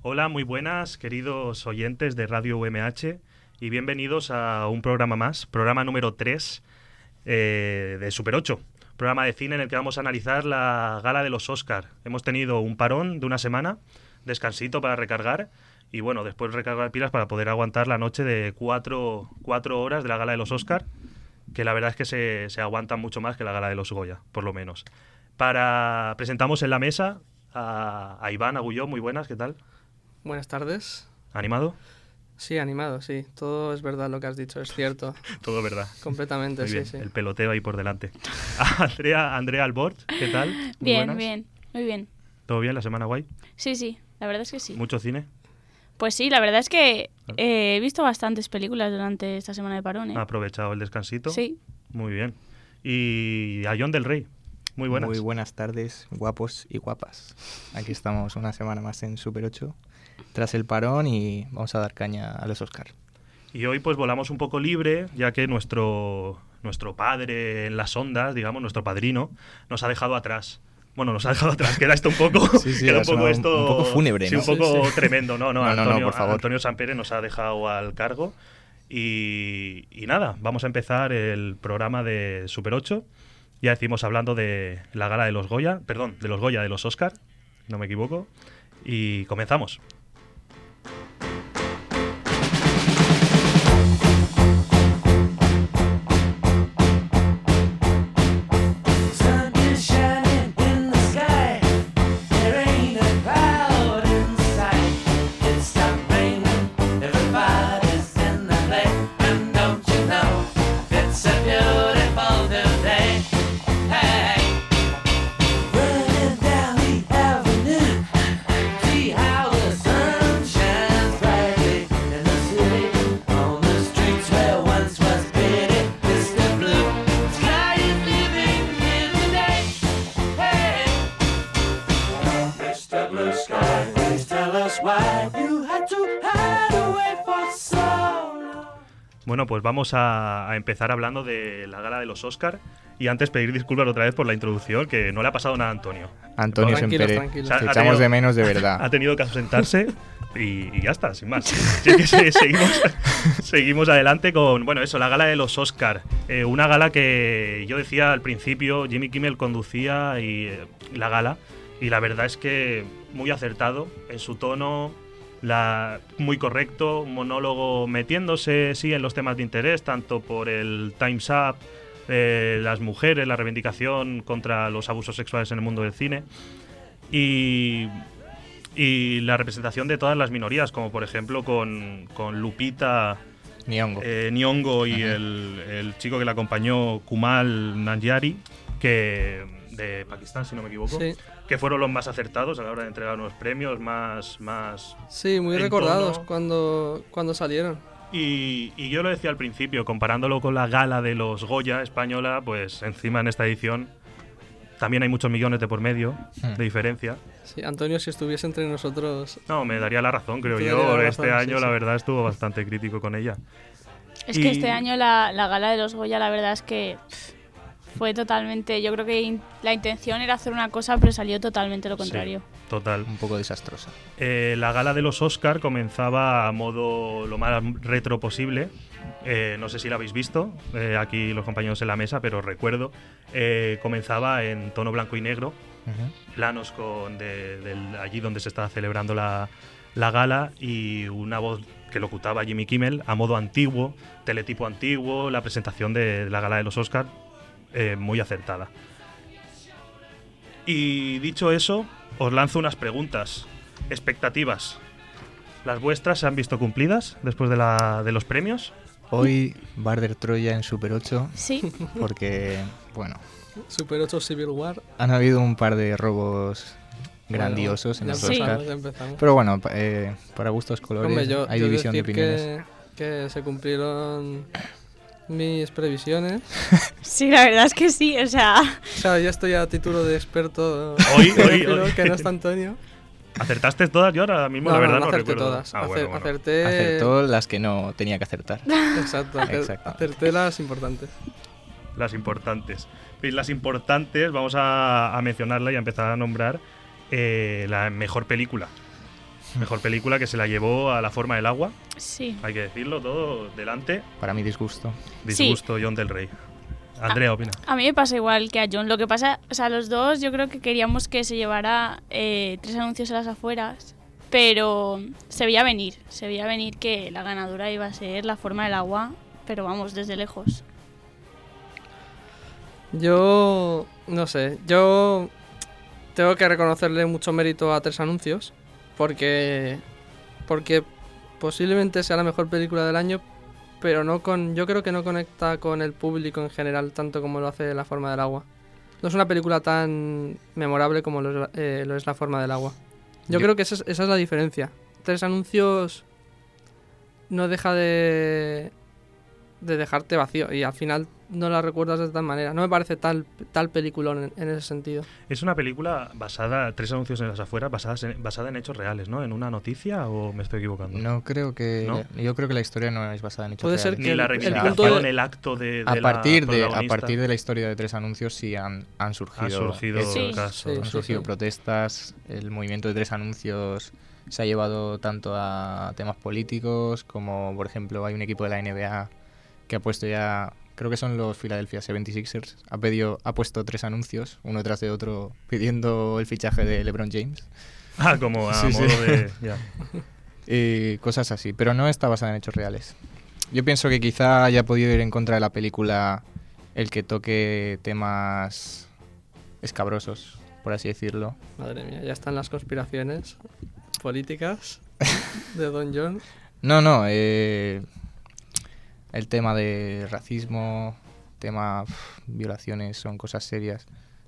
Hola, muy buenas, queridos oyentes de Radio UMH, y bienvenidos a un programa más, programa número 3 de Super 8, programa de cine en el que vamos a analizar la gala de los Oscar. Hemos tenido un parón de una semana, descansito para recargar, y bueno, después recargar pilas para poder aguantar la noche de cuatro horas de la gala de los Oscar, que la verdad es que se aguantan mucho más que la gala de los Goya, por lo menos. Presentamos en la mesa a Iván Agulló. Muy buenas, ¿qué tal? Buenas tardes. ¿Animado? Sí, animado, sí. Todo es verdad lo que has dicho, es cierto. Todo verdad. Completamente, muy bien. Sí. El peloteo ahí por delante. Andrea Albort, ¿qué tal? Muy bien, muy bien. ¿Todo bien? ¿La semana guay? Sí, la verdad es que sí. ¿Mucho cine? Pues sí, la verdad es que he visto bastantes películas durante esta semana de parón, ¿eh? ¿Ha aprovechado el descansito? Sí. Muy bien. Y a John del Rey. Muy buenas. Muy buenas tardes, guapos y guapas. Aquí estamos una semana más en Super 8, tras el parón, y vamos a dar caña a los Oscar. Y hoy pues volamos un poco libre, ya que nuestro padre en las ondas, digamos, nuestro padrino, nos ha dejado atrás. Bueno, nos ha dejado atrás, queda esto un poco... Sí, queda un poco fúnebre, sí, ¿no? un poco sí. Tremendo. No, por favor. Antonio Sampere nos ha dejado al cargo. Y nada, vamos a empezar el programa de Super 8. Ya decimos, hablando de la gala de los Goya, de los Oscar, no me equivoco, y comenzamos. Bueno, pues vamos a empezar hablando de la gala de los Oscar, y antes pedir disculpas otra vez por la introducción, que no le ha pasado nada a Antonio. Antonio Sampere, tranquilos. te echamos de menos de verdad. Ha tenido que ausentarse y ya está, sin más. Seguimos adelante con, la gala de los Oscar. Una gala que yo decía al principio, Jimmy Kimmel conducía la gala, y la verdad es que muy acertado en su tono. Muy correcto, un monólogo metiéndose en los temas de interés, tanto por el Time's Up, las mujeres, la reivindicación contra los abusos sexuales en el mundo del cine, y la representación de todas las minorías, como por ejemplo con Lupita Nyong'o y el chico que la acompañó, Kumail Nanjiani, de Pakistán, si no me equivoco. Sí. Que fueron los más acertados a la hora de entregar unos premios más sí, muy recordados cuando salieron. Y yo lo decía al principio, comparándolo con la gala de los Goya española, pues encima en esta edición también hay muchos millones de por medio de diferencia. Sí, Antonio, si estuviese entre nosotros... No, me daría la razón, creo yo. Este año, la verdad, estuvo bastante crítico con ella. Es que este año la gala de los Goya, la verdad es que... fue totalmente... Yo creo que la intención era hacer una cosa, pero salió totalmente lo contrario. Sí, total. Un poco desastrosa. La gala de los Oscar comenzaba a modo lo más retro posible. No sé si la habéis visto, aquí los compañeros en la mesa, pero recuerdo. Comenzaba en tono blanco y negro, planos allí donde se estaba celebrando la gala, y una voz que locutaba Jimmy Kimmel a modo antiguo, teletipo antiguo, la presentación de la gala de los Oscar. Muy acertada. Y dicho eso, os lanzo unas preguntas. Expectativas. ¿Las vuestras se han visto cumplidas después de los premios? Hoy, Barder Troya en Super 8. Sí. Porque, Super 8 Civil War. Han habido un par de robos grandiosos en los Oscar. Ya empezamos. Pero bueno, para gustos colores. Hombre, hay división de opiniones. Que se cumplieron mis previsiones. Sí, la verdad es que sí, o sea, ya estoy a título de experto. Hoy. Que no está Antonio. ¿Acertaste todas? Yo ahora mismo la verdad no acerté recuerdo. todas. Bueno. Acertó las que no tenía que acertar. Exacto. Acerté las importantes. Las importantes. Y las importantes, vamos a mencionarla y a empezar a nombrar la mejor película. Mejor película que se la llevó a La forma del agua. Sí. Hay que decirlo todo delante. Para mi disgusto. Disgusto, John del Rey. Andrea, opina. A mí me pasa igual que a John. Lo que pasa, o sea, los dos yo creo que queríamos que se llevara 3 anuncios a las afueras, pero se veía venir que la ganadora iba a ser La forma del agua, pero vamos, desde lejos. Yo no sé, yo tengo que reconocerle mucho mérito a 3 anuncios porque posiblemente sea la mejor película del año, pero yo creo que no conecta con el público en general tanto como lo hace La forma del agua. No es una película tan memorable como lo es La forma del agua. Yo creo que esa es la diferencia. 3 anuncios no deja de dejarte vacío y al final no la recuerdas de tal manera. No me parece tal peliculón en ese sentido. Es una película basada, 3 anuncios en las afueras, basada en hechos reales, ¿no? ¿En una noticia o me estoy equivocando? No creo que... ¿No? Yo creo que la historia no es basada en hechos Puede ser reales. que Ni la el reivindicación, el acto de a partir protagonista. de la historia de 3 anuncios sí han surgido... Han surgido Sí. casos. Han surgido protestas. El movimiento de 3 anuncios se ha llevado tanto a temas políticos como, por ejemplo, hay un equipo de la NBA que ha puesto ya... Creo que son los Philadelphia 76ers. Ha puesto 3 anuncios, uno tras de otro, pidiendo el fichaje de LeBron James. Ah, como a Sí, modo sí. de... ya. Y cosas así, pero no está basada en hechos reales. Yo pienso que quizá haya podido ir en contra de la película el que toque temas escabrosos, por así decirlo. Madre mía, ya están las conspiraciones políticas de Don John. No, el tema de racismo, violaciones, son cosas serias.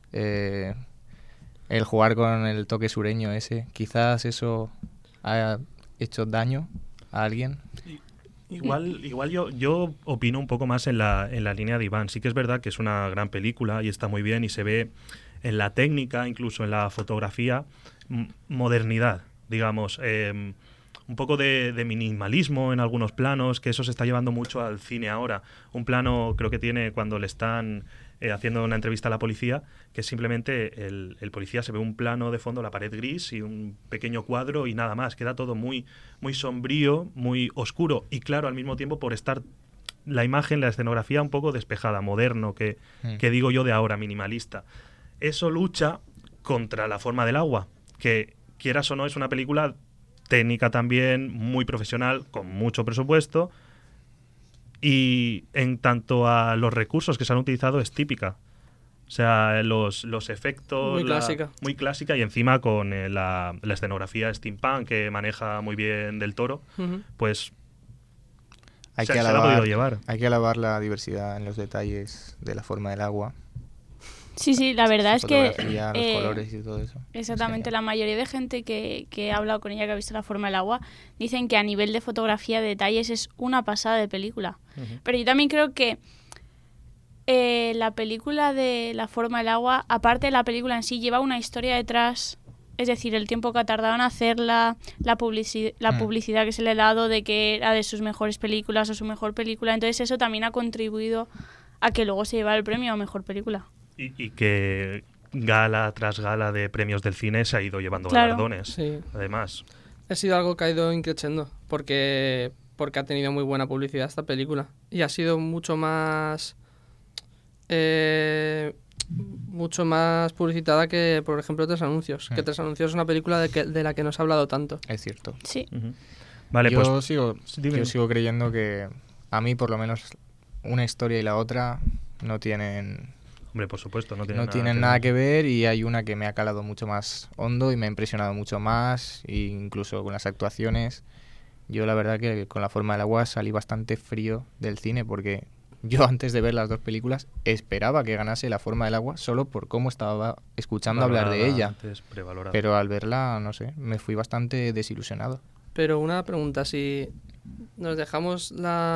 El jugar con el toque sureño ese, quizás eso ha hecho daño a alguien. Igual yo opino un poco más en la línea de Iván. Sí que es verdad que es una gran película y está muy bien y se ve en la técnica, incluso en la fotografía, modernidad, digamos. Un poco de minimalismo en algunos planos, que eso se está llevando mucho al cine ahora. Un plano creo que tiene cuando le están haciendo una entrevista a la policía, que simplemente el policía se ve un plano de fondo, la pared gris y un pequeño cuadro y nada más. Queda todo muy, muy sombrío, muy oscuro y claro al mismo tiempo por estar la imagen, la escenografía un poco despejada, moderno, que digo yo de ahora, minimalista. Eso lucha contra La forma del agua, que quieras o no es una película técnica también, muy profesional, con mucho presupuesto, y en tanto a los recursos que se han utilizado es típica. O sea, los efectos... Muy clásica y encima con la escenografía steampunk que maneja muy bien Del Toro, pues Hay se que la ha podido llevar. Hay que alabar la diversidad en los detalles de La forma del agua. Sí, la verdad es que... Fotografía, los colores y todo eso. Exactamente, la mayoría de gente que he hablado con ella, que ha visto La forma del agua, dicen que a nivel de fotografía, de detalles, es una pasada de película. Pero yo también creo que la película de La forma del agua, aparte de la película en sí, lleva una historia detrás. Es decir, el tiempo que ha tardado en hacerla, la publicidad que se le ha dado de que era de sus mejores películas o su mejor película. Entonces eso también ha contribuido a que luego se llevara el premio a mejor película. Y que gala tras gala de premios del cine se ha ido llevando galardones. Sí. Además. Ha sido algo que ha ido increciendo porque ha tenido muy buena publicidad esta película. Y ha sido mucho más publicitada que, por ejemplo, 3 anuncios. Que 3 anuncios es una película de la que no se ha hablado tanto. Es cierto. Sí. Vale, yo pues sigo creyendo que a mí, por lo menos, una historia y la otra no tienen... Hombre, por supuesto, no tienen nada que ver y hay una que me ha calado mucho más hondo y me ha impresionado mucho más, e incluso con las actuaciones. Yo la verdad que con La forma del agua salí bastante frío del cine porque yo antes de ver las 2 películas esperaba que ganase La forma del agua solo por cómo estaba escuchando hablar de ella. Pero al verla, no sé, me fui bastante desilusionado. Pero una pregunta, si nos dejamos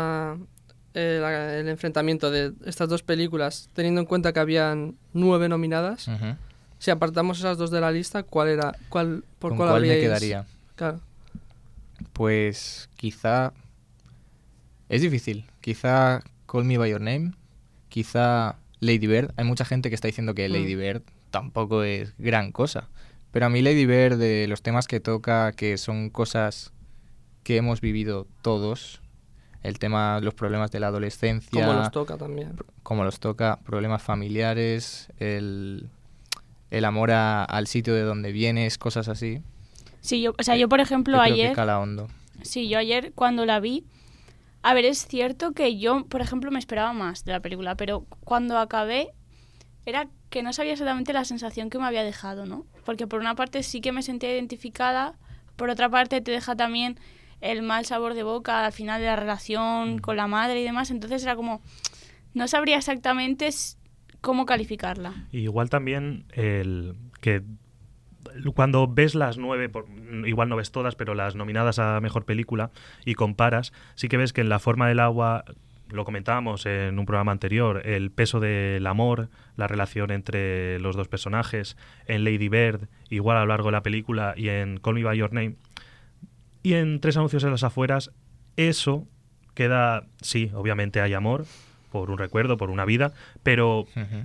el enfrentamiento de estas 2 películas, teniendo en cuenta que habían 9 nominadas, si apartamos esas 2 de la lista, ¿por cuál me quedaría? Claro. Pues quizá... Es difícil. Quizá Call Me By Your Name, quizá Lady Bird. Hay mucha gente que está diciendo que Lady Bird tampoco es gran cosa, Pero a mí Lady Bird, de los temas que toca, que son cosas que hemos vivido todos, el tema, los problemas de la adolescencia... Como los toca también. Como los toca, problemas familiares, el amor al sitio de donde vienes, cosas así. Sí, yo por ejemplo yo creo ayer... que cala hondo. Sí, yo ayer cuando la vi... A ver, es cierto que yo, por ejemplo, me esperaba más de la película, pero cuando acabé era que no sabía exactamente la sensación que me había dejado, ¿no? Porque por una parte sí que me sentía identificada, por otra parte te deja también el mal sabor de boca al final de la relación con la madre y demás, entonces era como... No sabría exactamente cómo calificarla. Y igual también el que cuando ves las 9, igual no ves todas, pero las nominadas a Mejor Película y comparas, sí que ves que en La forma del agua, lo comentábamos en un programa anterior, el peso del amor, la relación entre los dos personajes, en Lady Bird, igual a lo largo de la película, y en Call Me By Your Name, y en Tres anuncios en las afueras, eso queda, sí, obviamente hay amor, por un recuerdo, por una vida, pero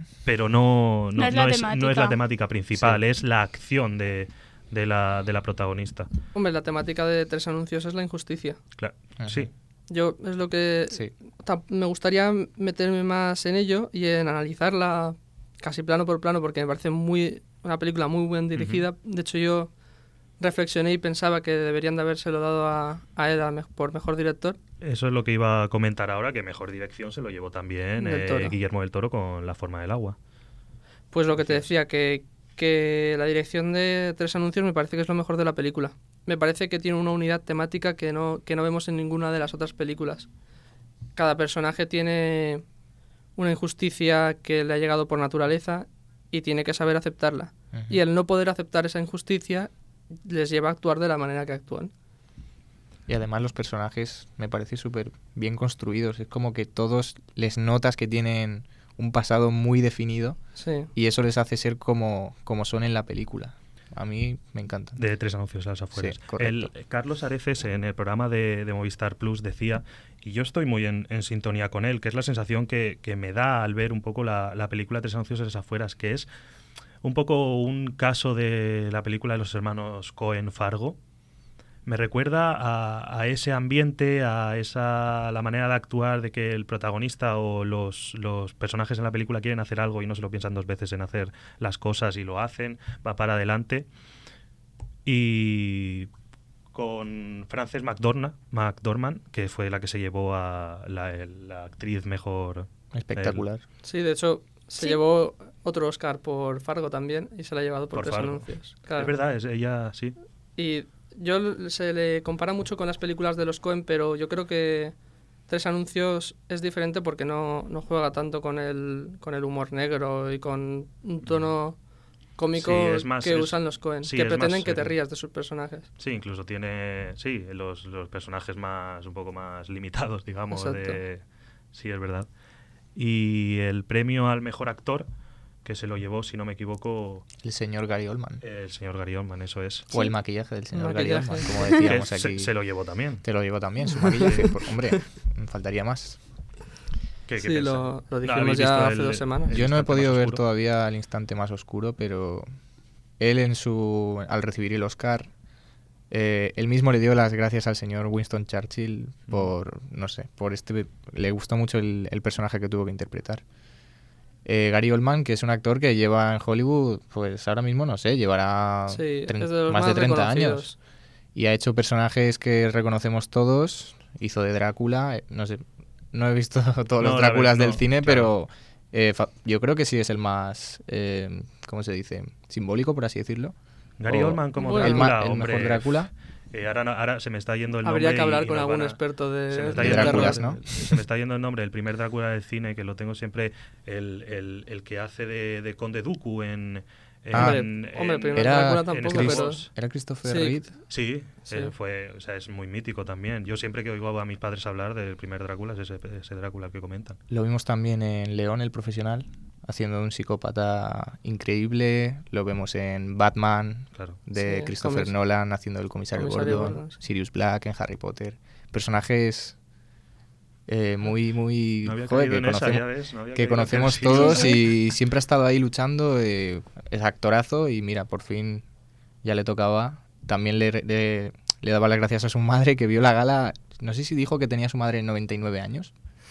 no es la temática principal, sí. Es la acción de la protagonista. Hombre, la temática de Tres anuncios es la injusticia. Claro, sí. Yo es lo que... Sí. Me gustaría meterme más en ello y en analizarla casi plano por plano, porque me parece una película muy bien dirigida. De hecho, yo reflexioné y pensaba que deberían de habérselo dado a él por mejor director. Eso es lo que iba a comentar ahora, que mejor dirección se lo llevó también Guillermo del Toro con La forma del agua. Pues lo que te decía, que la dirección de Tres anuncios me parece que es lo mejor de la película. Me parece que tiene una unidad temática que no vemos en ninguna de las otras películas. Cada personaje tiene una injusticia que le ha llegado por naturaleza y tiene que saber aceptarla. Y el no poder aceptar esa injusticia les lleva a actuar de la manera que actúan. Y además los personajes me parece súper bien construidos. Es como que todos les notas que tienen un pasado muy definido, sí. Y eso les hace ser como son en la película. A mí me encanta. De Tres anuncios a las afueras. Sí, Carlos Areces en el programa de Movistar Plus decía, y yo estoy muy en sintonía con él, que es la sensación que me da al ver un poco la película Tres anuncios a las afueras, que es un poco un caso de la película de los hermanos Coen, Fargo. Me recuerda a ese ambiente, a la manera de actuar de que el protagonista o los personajes en la película quieren hacer algo y no se lo piensan dos veces en hacer las cosas y lo hacen, va para adelante. Y con Frances McDormand, que fue la que se llevó a la actriz mejor... Espectacular. Sí, de hecho, se llevó otro Oscar por Fargo también y se la ha llevado por Tres anuncios. Claro. Es verdad, ella sí. Y... se le compara mucho con las películas de los Coen, pero yo creo que Tres anuncios es diferente porque no juega tanto con el humor negro y con un tono cómico usan los Coen, que pretenden que te rías de sus personajes. Sí, incluso tiene los personajes un poco más limitados, digamos. Sí, es verdad. Y el premio al mejor actor, que se lo llevó, si no me equivoco... El señor Gary Oldman. El señor Gary Oldman, eso es. O el maquillaje del señor Gary Oldman, como decíamos aquí. Se lo llevó también. Te lo llevó también, su maquillaje. Hombre, me faltaría más. Sí, lo dijimos ya hace 2 semanas. Yo no he podido ver todavía el instante más oscuro, pero él al recibir el Oscar, él mismo le dio las gracias al señor Winston Churchill por, le gustó mucho el personaje que tuvo que interpretar. Gary Oldman, que es un actor que lleva en Hollywood, pues ahora mismo no sé, llevará más de 30 años. Y ha hecho personajes que reconocemos todos. Hizo de Drácula, no sé, no he visto todos los Dráculas del cine, claro. Pero yo creo que sí es el más, ¿cómo se dice? Simbólico, por así decirlo. Gary Oldman como Drácula, el mejor Drácula. Ahora se me está yendo el nombre. Habría que hablar con algún experto de Dráculas, ¿no? Se me está yendo el nombre del primer Drácula del cine, que lo tengo siempre, el que hace de Conde Dooku en... Hombre, primer Drácula tampoco, pero... ¿Era Christopher Reeve? Sí. Es muy mítico también. Yo siempre que oigo a mis padres hablar del primer Drácula es ese Drácula que comentan. Lo vimos también en León, el profesional, haciendo un psicópata increíble. Lo vemos en Batman, de Christopher Nolan, haciendo el comisario Gordon, Sirius Black en Harry Potter. Personajes muy que conocemos todos y siempre ha estado ahí luchando. Es actorazo y mira, por fin ya le tocaba. También le daba las gracias a su madre, que vio la gala. No sé si dijo que tenía su madre 99 años.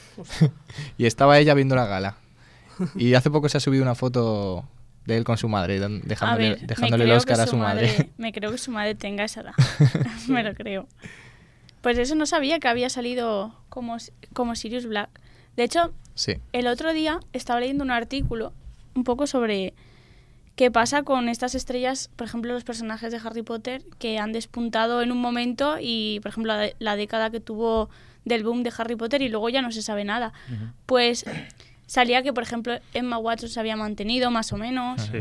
Y estaba ella viendo la gala. Y hace poco se ha subido una foto de él con su madre, dejándole el Oscar a su madre. Me creo que su madre tenga esa edad. Me lo creo. Pues eso, no sabía que había salido como Sirius Black. De hecho, sí. El otro día estaba leyendo un artículo un poco sobre qué pasa con estas estrellas, por ejemplo, los personajes de Harry Potter que han despuntado en un momento y, por ejemplo, la década que tuvo del boom de Harry Potter y luego ya no se sabe nada. Uh-huh. Pues salía que, por ejemplo, Emma Watson se había mantenido más o menos, sí.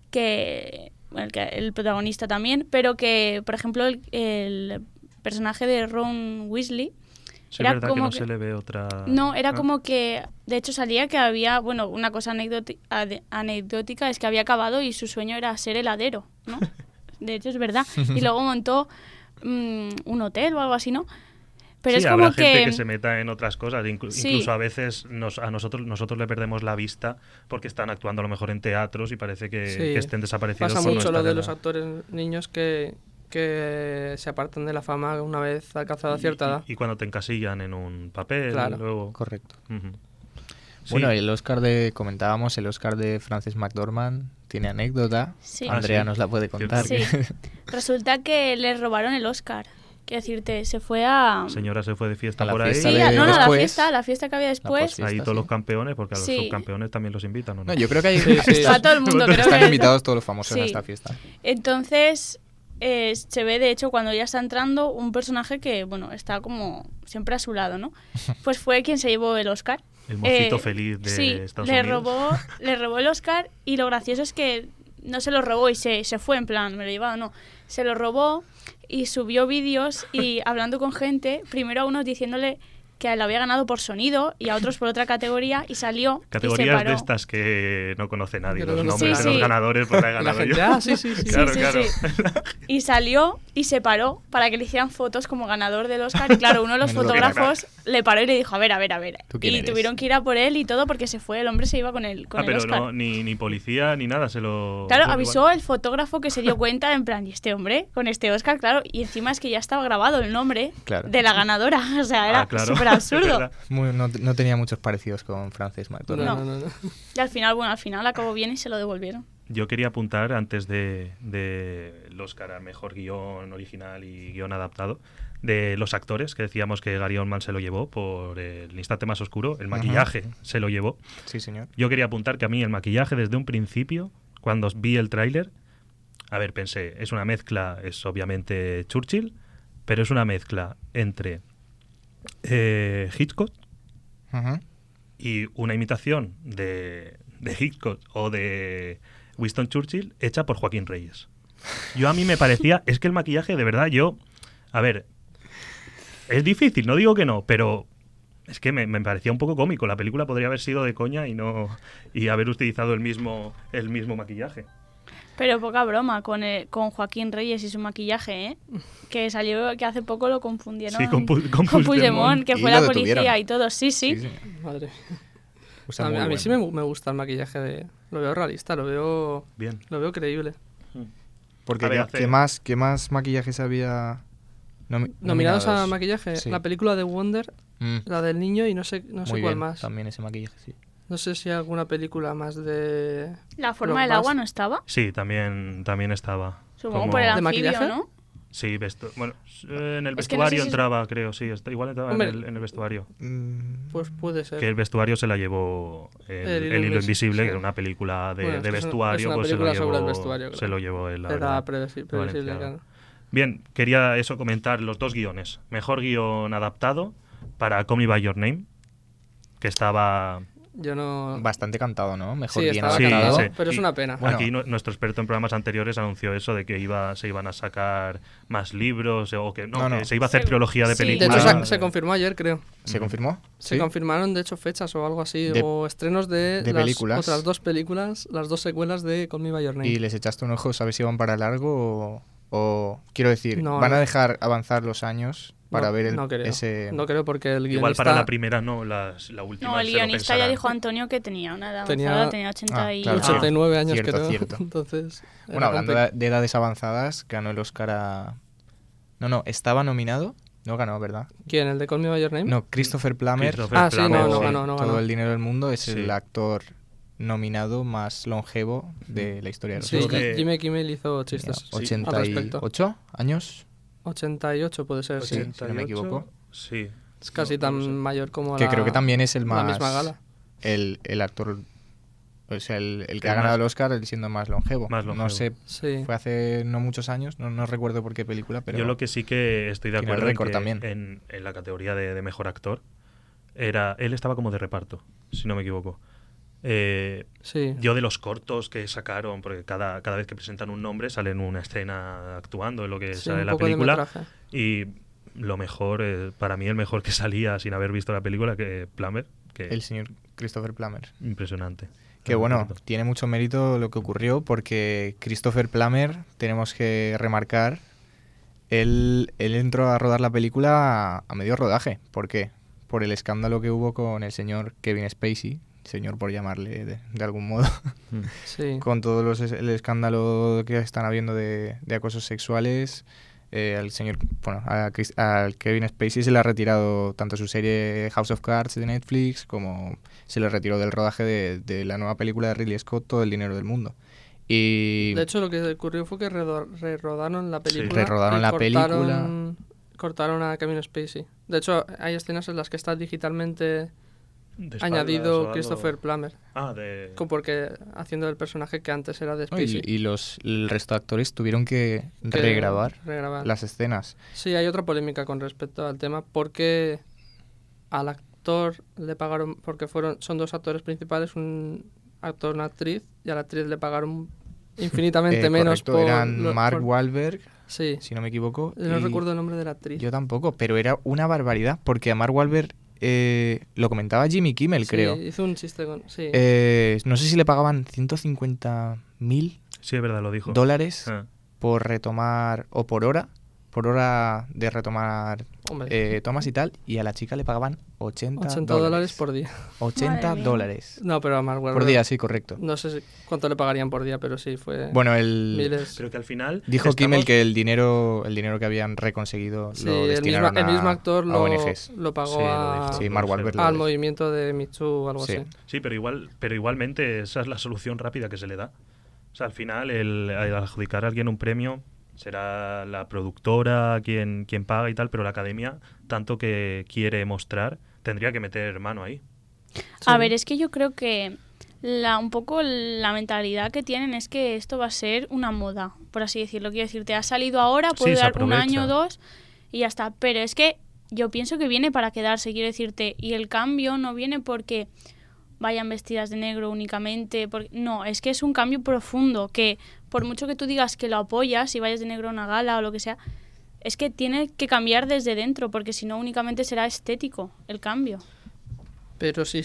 que el protagonista también, pero que, por ejemplo, el personaje de Ron Weasley sí, era verdad como que no se le ve otra... No, era como que, de hecho salía que había, bueno, una cosa anecdótica es que había acabado y su sueño era ser heladero, ¿no? De hecho es verdad. Y luego montó un hotel o algo así, ¿no? Pero sí, es como habrá gente que se meta en otras cosas, incluso a veces a nosotros le perdemos la vista porque están actuando a lo mejor en teatros y parece que estén desaparecidos. Pasa mucho lo de los actores niños que se apartan de la fama una vez alcanzada cierta edad. Y cuando te encasillan en un papel, claro. Luego... Correcto. Uh-huh. Bueno, el Oscar comentábamos, el Oscar de Frances McDormand tiene anécdota. Sí. Andrea nos la puede contar. Sí. Resulta que le robaron el Oscar. Quiero decirte, se fue a... Señora se fue de fiesta la por fiesta ahí. Sí, la fiesta que había después. Ahí todos los campeones, porque a los subcampeones también los invitan, ¿no? No, yo creo que hay... A todo el mundo, creo están que invitados todos los famosos a esta fiesta. Entonces... se ve, de hecho, cuando ya está entrando un personaje que, bueno, está como siempre a su lado, ¿no? Pues fue quien se llevó el Oscar. El mocito feliz de Estados Unidos. Le robó el Oscar y lo gracioso es que no se lo robó y se fue en plan, me lo he llevado, no. Se lo robó y subió vídeos y hablando con gente, primero a unos diciéndole que lo había ganado por sonido y a otros por otra categoría y salió categorías y se paró. De estas que no conoce nadie, los sí, nombres sí. de los ganadores, pues la he ganado yo. Sí. Claro. Y salió y se paró para que le hicieran fotos como ganador del Oscar y claro, uno de los fotógrafos le paró y le dijo, a ver. Y tuvieron que ir a por él y todo porque se fue, el hombre se iba con el pero Oscar. No, ni policía ni nada, se lo... Claro, avisó el fotógrafo que se dio cuenta en plan, y este hombre con este Oscar, claro, y encima es que ya estaba grabado el nombre de la ganadora, o sea, era súper absurdo. No tenía muchos parecidos con Frances McDormand. No. Y al final acabó bien y se lo devolvieron. Yo quería apuntar antes del Oscar a mejor guión original y guión adaptado de los actores, que decíamos que Gary Oldman se lo llevó por El instante más oscuro, el maquillaje se lo llevó. Sí, señor. Yo quería apuntar que a mí el maquillaje desde un principio, cuando vi el tráiler, pensé, es una mezcla, es obviamente Churchill, pero es una mezcla entre Hitchcock y una imitación de Hitchcock o de Winston Churchill hecha por Joaquín Reyes. A mí me parecía, es que el maquillaje de verdad es difícil, no digo que no, pero es que me parecía un poco cómico. La película podría haber sido de coña y haber utilizado el mismo maquillaje. Pero poca broma con Joaquín Reyes y su maquillaje, ¿eh? Que salió, que hace poco lo confundieron con Puigdemont, que fue la policía y todo. Sí. Madre. A mí sí me gusta el maquillaje lo veo realista, lo veo bien, lo veo creíble. Porque ¿qué más maquillajes había nominados a maquillaje? Sí. La película de Wonder, la del niño y no sé cuál más. También ese maquillaje, sí. No sé si hay alguna película más de... ¿La forma del agua no estaba? Sí, también estaba. Supongo por el anfibio, ¿no? Sí, en el vestuario no sé entraba, creo, sí. Igual entraba en el vestuario. Pues puede ser. Que el vestuario se la llevó el hilo invisible, que era una película de vestuario. Es una película sobre el vestuario, claro. Se lo llevó él. Era predecible, claro. Bien, quería comentar los dos guiones. Mejor guión adaptado para Call Me By Your Name, que estaba... Bastante cantado, ¿no? Mejor bien cantado, pero es una pena. Aquí nuestro experto en programas anteriores anunció eso de que se iban a sacar más libros o que que se iba a hacer trilogía de películas. De hecho, se confirmó ayer, creo. ¿Se confirmó? Se confirmaron, de hecho, fechas o algo así, o estrenos de las películas. Otras dos películas, las dos secuelas de Call Me By Your Name. ¿Y les echaste un ojo, sabes si van para largo o quiero decir, van a dejar avanzar los años para No, ver no creo. ese... No creo porque el guionista... Igual para la primera no, la última. No, el se lo guionista ya pensarán. dijo Antonio que tenía una edad Tenía- avanzada, tenía 80 y... claro. 89 años, Cierto, creo. cierto. Entonces... Bueno, era hablando compli- de edades avanzadas, ganó el Oscar a... No, estaba nominado. No ganó, ¿verdad? ¿Quién? ¿El de Call Me By Your Name? No, Christopher Plummer. Christopher Ah, sí, Plummer, no sí. ganó, no Todo ganó. el dinero del mundo, es Sí. el actor nominado más longevo de la historia de los Sí, Creo Oscars. que- Jimmy Kimmel hizo Tenía chistes al 88 años, 88 puede ser, sí. 88, si no me equivoco. Sí. Es casi No tan lo sé. mayor como que creo que también es el la más... misma gala. El actor... O sea, el que El ha ganado más- el Oscar el siendo más longevo. Más longevo. No sé, Sí. fue hace no muchos años, no recuerdo por qué película, pero... Yo lo que sí que estoy de tiene el acuerdo en récord que también. en la categoría de mejor actor, él estaba como de reparto, si no me equivoco. Sí. Yo de los cortos que sacaron, porque cada vez que presentan un nombre sale en una escena actuando en lo que Sí, sale un la poco de película. metraje. Y lo mejor, para mí el mejor que salía sin haber visto la película, que Plummer, que El señor Christopher Plummer. impresionante. Que bueno, Recuerdo. tiene mucho mérito lo que ocurrió porque Christopher Plummer, tenemos que remarcar, él entró a rodar la película a medio rodaje. ¿Por qué? Por el escándalo que hubo con el señor Kevin Spacey, señor por llamarle de algún modo, Sí. con todo el escándalo que están habiendo de acosos sexuales. Al Kevin Spacey se le ha retirado tanto su serie House of Cards de Netflix como se le retiró del rodaje de la nueva película de Ridley Scott todo el dinero del mundo. Y De hecho, lo que ocurrió fue que rerodaron la película. Rerodaron y la película. Cortaron a Kevin Spacey. De hecho, hay escenas en las que está digitalmente De espaldas o añadido algo. Christopher Plummer. De... Porque haciendo el personaje que antes era de Spacey. y el resto de actores tuvieron que Que regrabar regrabar. las escenas. Sí, hay otra polémica con respecto al tema porque al actor le pagaron, porque son dos actores principales, un actor y una actriz, y a la actriz le pagaron infinitamente menos Correcto, eran Mark por- Wahlberg, Sí, si no me equivoco. no y recuerdo el nombre de la actriz. Yo tampoco, pero era una barbaridad porque a Mark Wahlberg lo comentaba Jimmy Kimmel, Sí, creo. hizo un chiste con... Sí, No sé si le pagaban 150.000 Sí, es verdad, lo dijo. dólares Ah. por retomar, o por hora de retomar hombre, tomas y tal, y a la chica le pagaban 80 $80 por día. 80 Madre mía. dólares. No, pero a Mark Por Wahlberg día, sí, correcto. no sé cuánto le pagarían por día, pero sí, fue Bueno, miles. Creo que al final... dijo estamos- Kimmel que el dinero que habían reconseguido Sí, lo el destinaron mismo actor a ONGs. lo pagó Sí, lo a- dijo. Sí, Mark Wahlberg lo al dijo. movimiento de Me Too o algo Sí. así. Sí, pero igualmente esa es la solución rápida que se le da. O sea, al final, el adjudicar a alguien un premio será la productora quien paga y tal, pero la academia, tanto que quiere mostrar, tendría que meter mano ahí. A Sí. ver, es que yo creo que un poco la mentalidad que tienen es que esto va a ser una moda, por así decirlo. Quiero decir, te ha salido ahora, Sí, puede se dar un aprovecha. año o dos y ya está. Pero es que yo pienso que viene para quedarse, quiero decirte. Y el cambio no viene porque vayan vestidas de negro únicamente. No, es que es un cambio profundo que por mucho que tú digas que lo apoyas y vayas de negro a una gala o lo que sea, es que tiene que cambiar desde dentro porque si no únicamente será estético el cambio. Pero si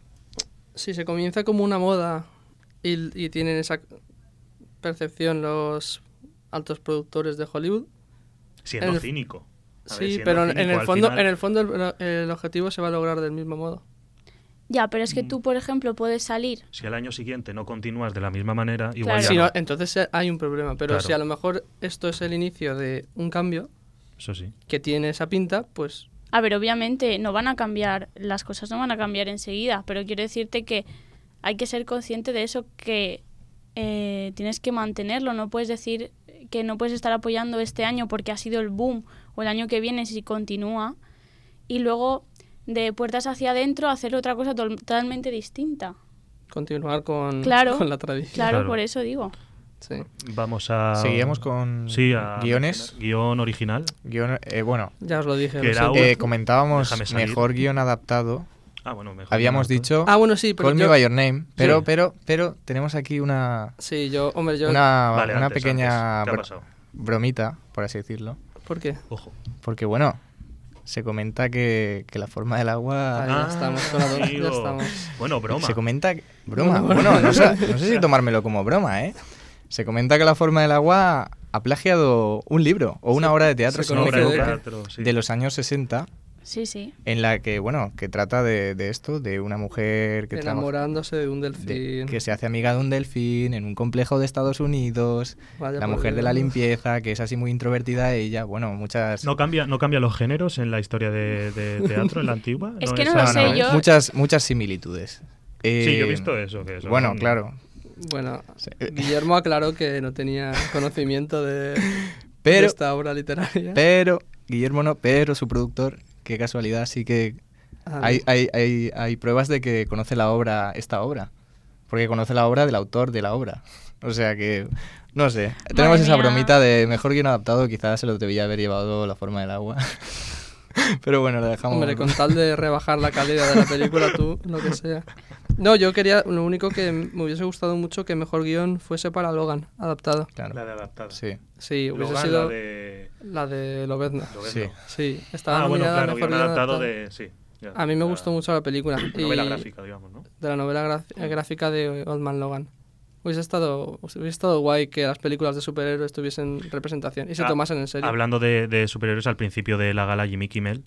se comienza como una moda y tienen esa percepción los altos productores de Hollywood, Siendo El- cínico. A ver, sí, siendo pero en cínico, el al fondo, final- en el fondo el objetivo se va a lograr del mismo modo. Ya, pero es que tú, por ejemplo, puedes salir. Si al año siguiente no continúas de la misma manera, igual Claro. ya Si no. no, entonces hay un problema. Pero Claro. si a lo mejor esto es el inicio de un cambio Eso sí. que tiene esa pinta, pues A ver, obviamente no van a cambiar, las cosas no van a cambiar enseguida, pero quiero decirte que hay que ser consciente de eso, que tienes que mantenerlo. No puedes decir que no puedes estar apoyando este año porque ha sido el boom o el año que viene si continúa y luego de puertas hacia adentro hacer otra cosa totalmente distinta. continuar con, Claro. con la tradición. Claro, Claro. por eso digo. Sí. Vamos a... Seguíamos con Sí, a guiones. guión original. Bueno, Ya os lo dije. Que lo era siento. un- comentábamos Déjame salir. mejor guión adaptado. Ah, bueno, mejor. Habíamos guión dicho Ah, bueno, sí, pero Call Me yo... By Your Name, pero, Sí. pero tenemos aquí una Sí, yo... Hombre, yo... Vale, una antes, pequeña antes. ¿Qué ha pasado? bromita, por así decirlo. ¿Por qué? Ojo. Porque bueno, se comenta que la forma del agua... Ahí ya estamos con la dos, ya amigo. estamos. Bueno, broma. Se comenta... Broma, bueno, no sé si tomármelo como broma, ¿eh? Se comenta que la forma del agua ha plagiado un libro o una obra de teatro, se si no me conoce Obra de equivoco, teatro, sí. de los años 60, Sí, sí. en la que, bueno, que trata de esto, de una mujer que trabaja, Enamorándose de un delfín. que se hace amiga de un delfín en un complejo de Estados Unidos, Vaya la por mujer de Dios. la limpieza, que es así muy introvertida ella, bueno, muchas... No cambia los géneros en la historia de teatro, en la antigua. Es que no lo sé, yo- muchas similitudes. Sí, yo he visto eso. Que son- Bueno, claro. Bueno, Sí. Guillermo aclaró que no tenía conocimiento de Pero, esta obra literaria. pero, Guillermo no, pero su productor, qué casualidad, sí que Ah, hay pruebas de que conoce esta obra. Porque conoce la obra del autor de la obra. O sea que, no sé. Tenemos esa mía. bromita de mejor guion adaptado, quizás se lo debía haber llevado La forma del agua. Pero bueno, lo dejamos. Hombre, con tal de rebajar la calidad de la película, tú, lo que sea. No, yo quería, lo único que me hubiese gustado mucho que mejor guión fuese para Logan, adaptado. Claro. La de adaptada. Sí, Sí, hubiese Logan, sido la de... la de Lobezna. Lobezno. sí. Sí, estaba Bueno, nominada a claro, mejor guion guión adaptado adaptado. de... Sí. ya. A mí me La gustó mucho la película. novela y gráfica, digamos, ¿no? de la novela gráfica de Old Man Logan. Hubiese estado guay que las películas de superhéroes tuviesen representación y se Ah, tomasen en serio. Hablando de superhéroes, al principio de la gala, Jimmy Kimmel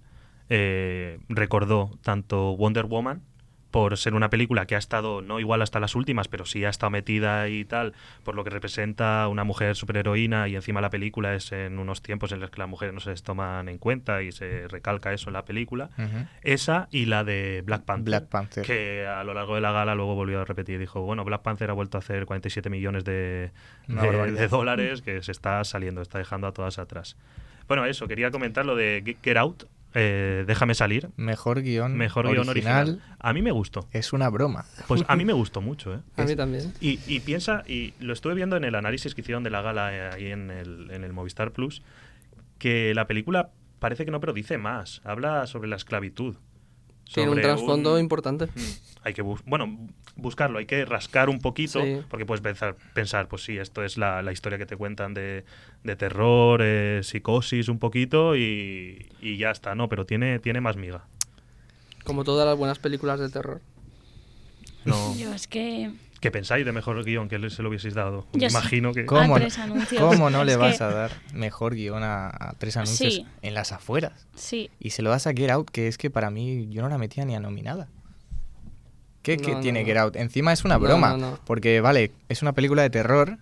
recordó tanto Wonder Woman, por ser una película que ha estado, no igual hasta las últimas, pero sí ha estado metida y tal, por lo que representa una mujer superheroína, y encima la película es en unos tiempos en los que las mujeres no se les toman en cuenta y se recalca eso en la película. Ujú. Esa y la de Black Panther, Black Panther. que a lo largo de la gala luego volvió a repetir. Dijo, bueno, Black Panther ha vuelto a hacer 47 millones Una barbaridad. de dólares, que se está saliendo, está dejando a todas atrás. Bueno, eso, quería comentar lo de Get Out, Déjame salir, Mejor guión original. A mí me gustó. Es una broma. Pues a mí me gustó mucho, ¿eh? A mí también. Y piensa, y lo estuve viendo en el análisis que hicieron de la gala ahí en el Movistar Plus, que la película parece que no, pero dice más. Habla sobre la esclavitud. Tiene un sobre trasfondo importante. Hay que buscarlo, hay que rascar un poquito, Sí. porque puedes pensar, pues sí, esto es la historia que te cuentan de terror, psicosis un poquito y ya está, ¿no? Pero tiene más miga. Como todas las buenas películas de terror. No. Yo es que... ¿Qué pensáis de mejor guión que se lo hubieseis dado? Yo sí. Imagino que... ¿Cómo, A Tres Anuncios. ¿Cómo no Es le que- vas a dar mejor guión a Tres Anuncios Sí. en las afueras? Sí. Y se lo das a Get Out, que es que para mí yo no la metía ni a nominada. ¿Qué No, tiene no. Get Out? Encima es una No, broma, no. porque vale, es una película de terror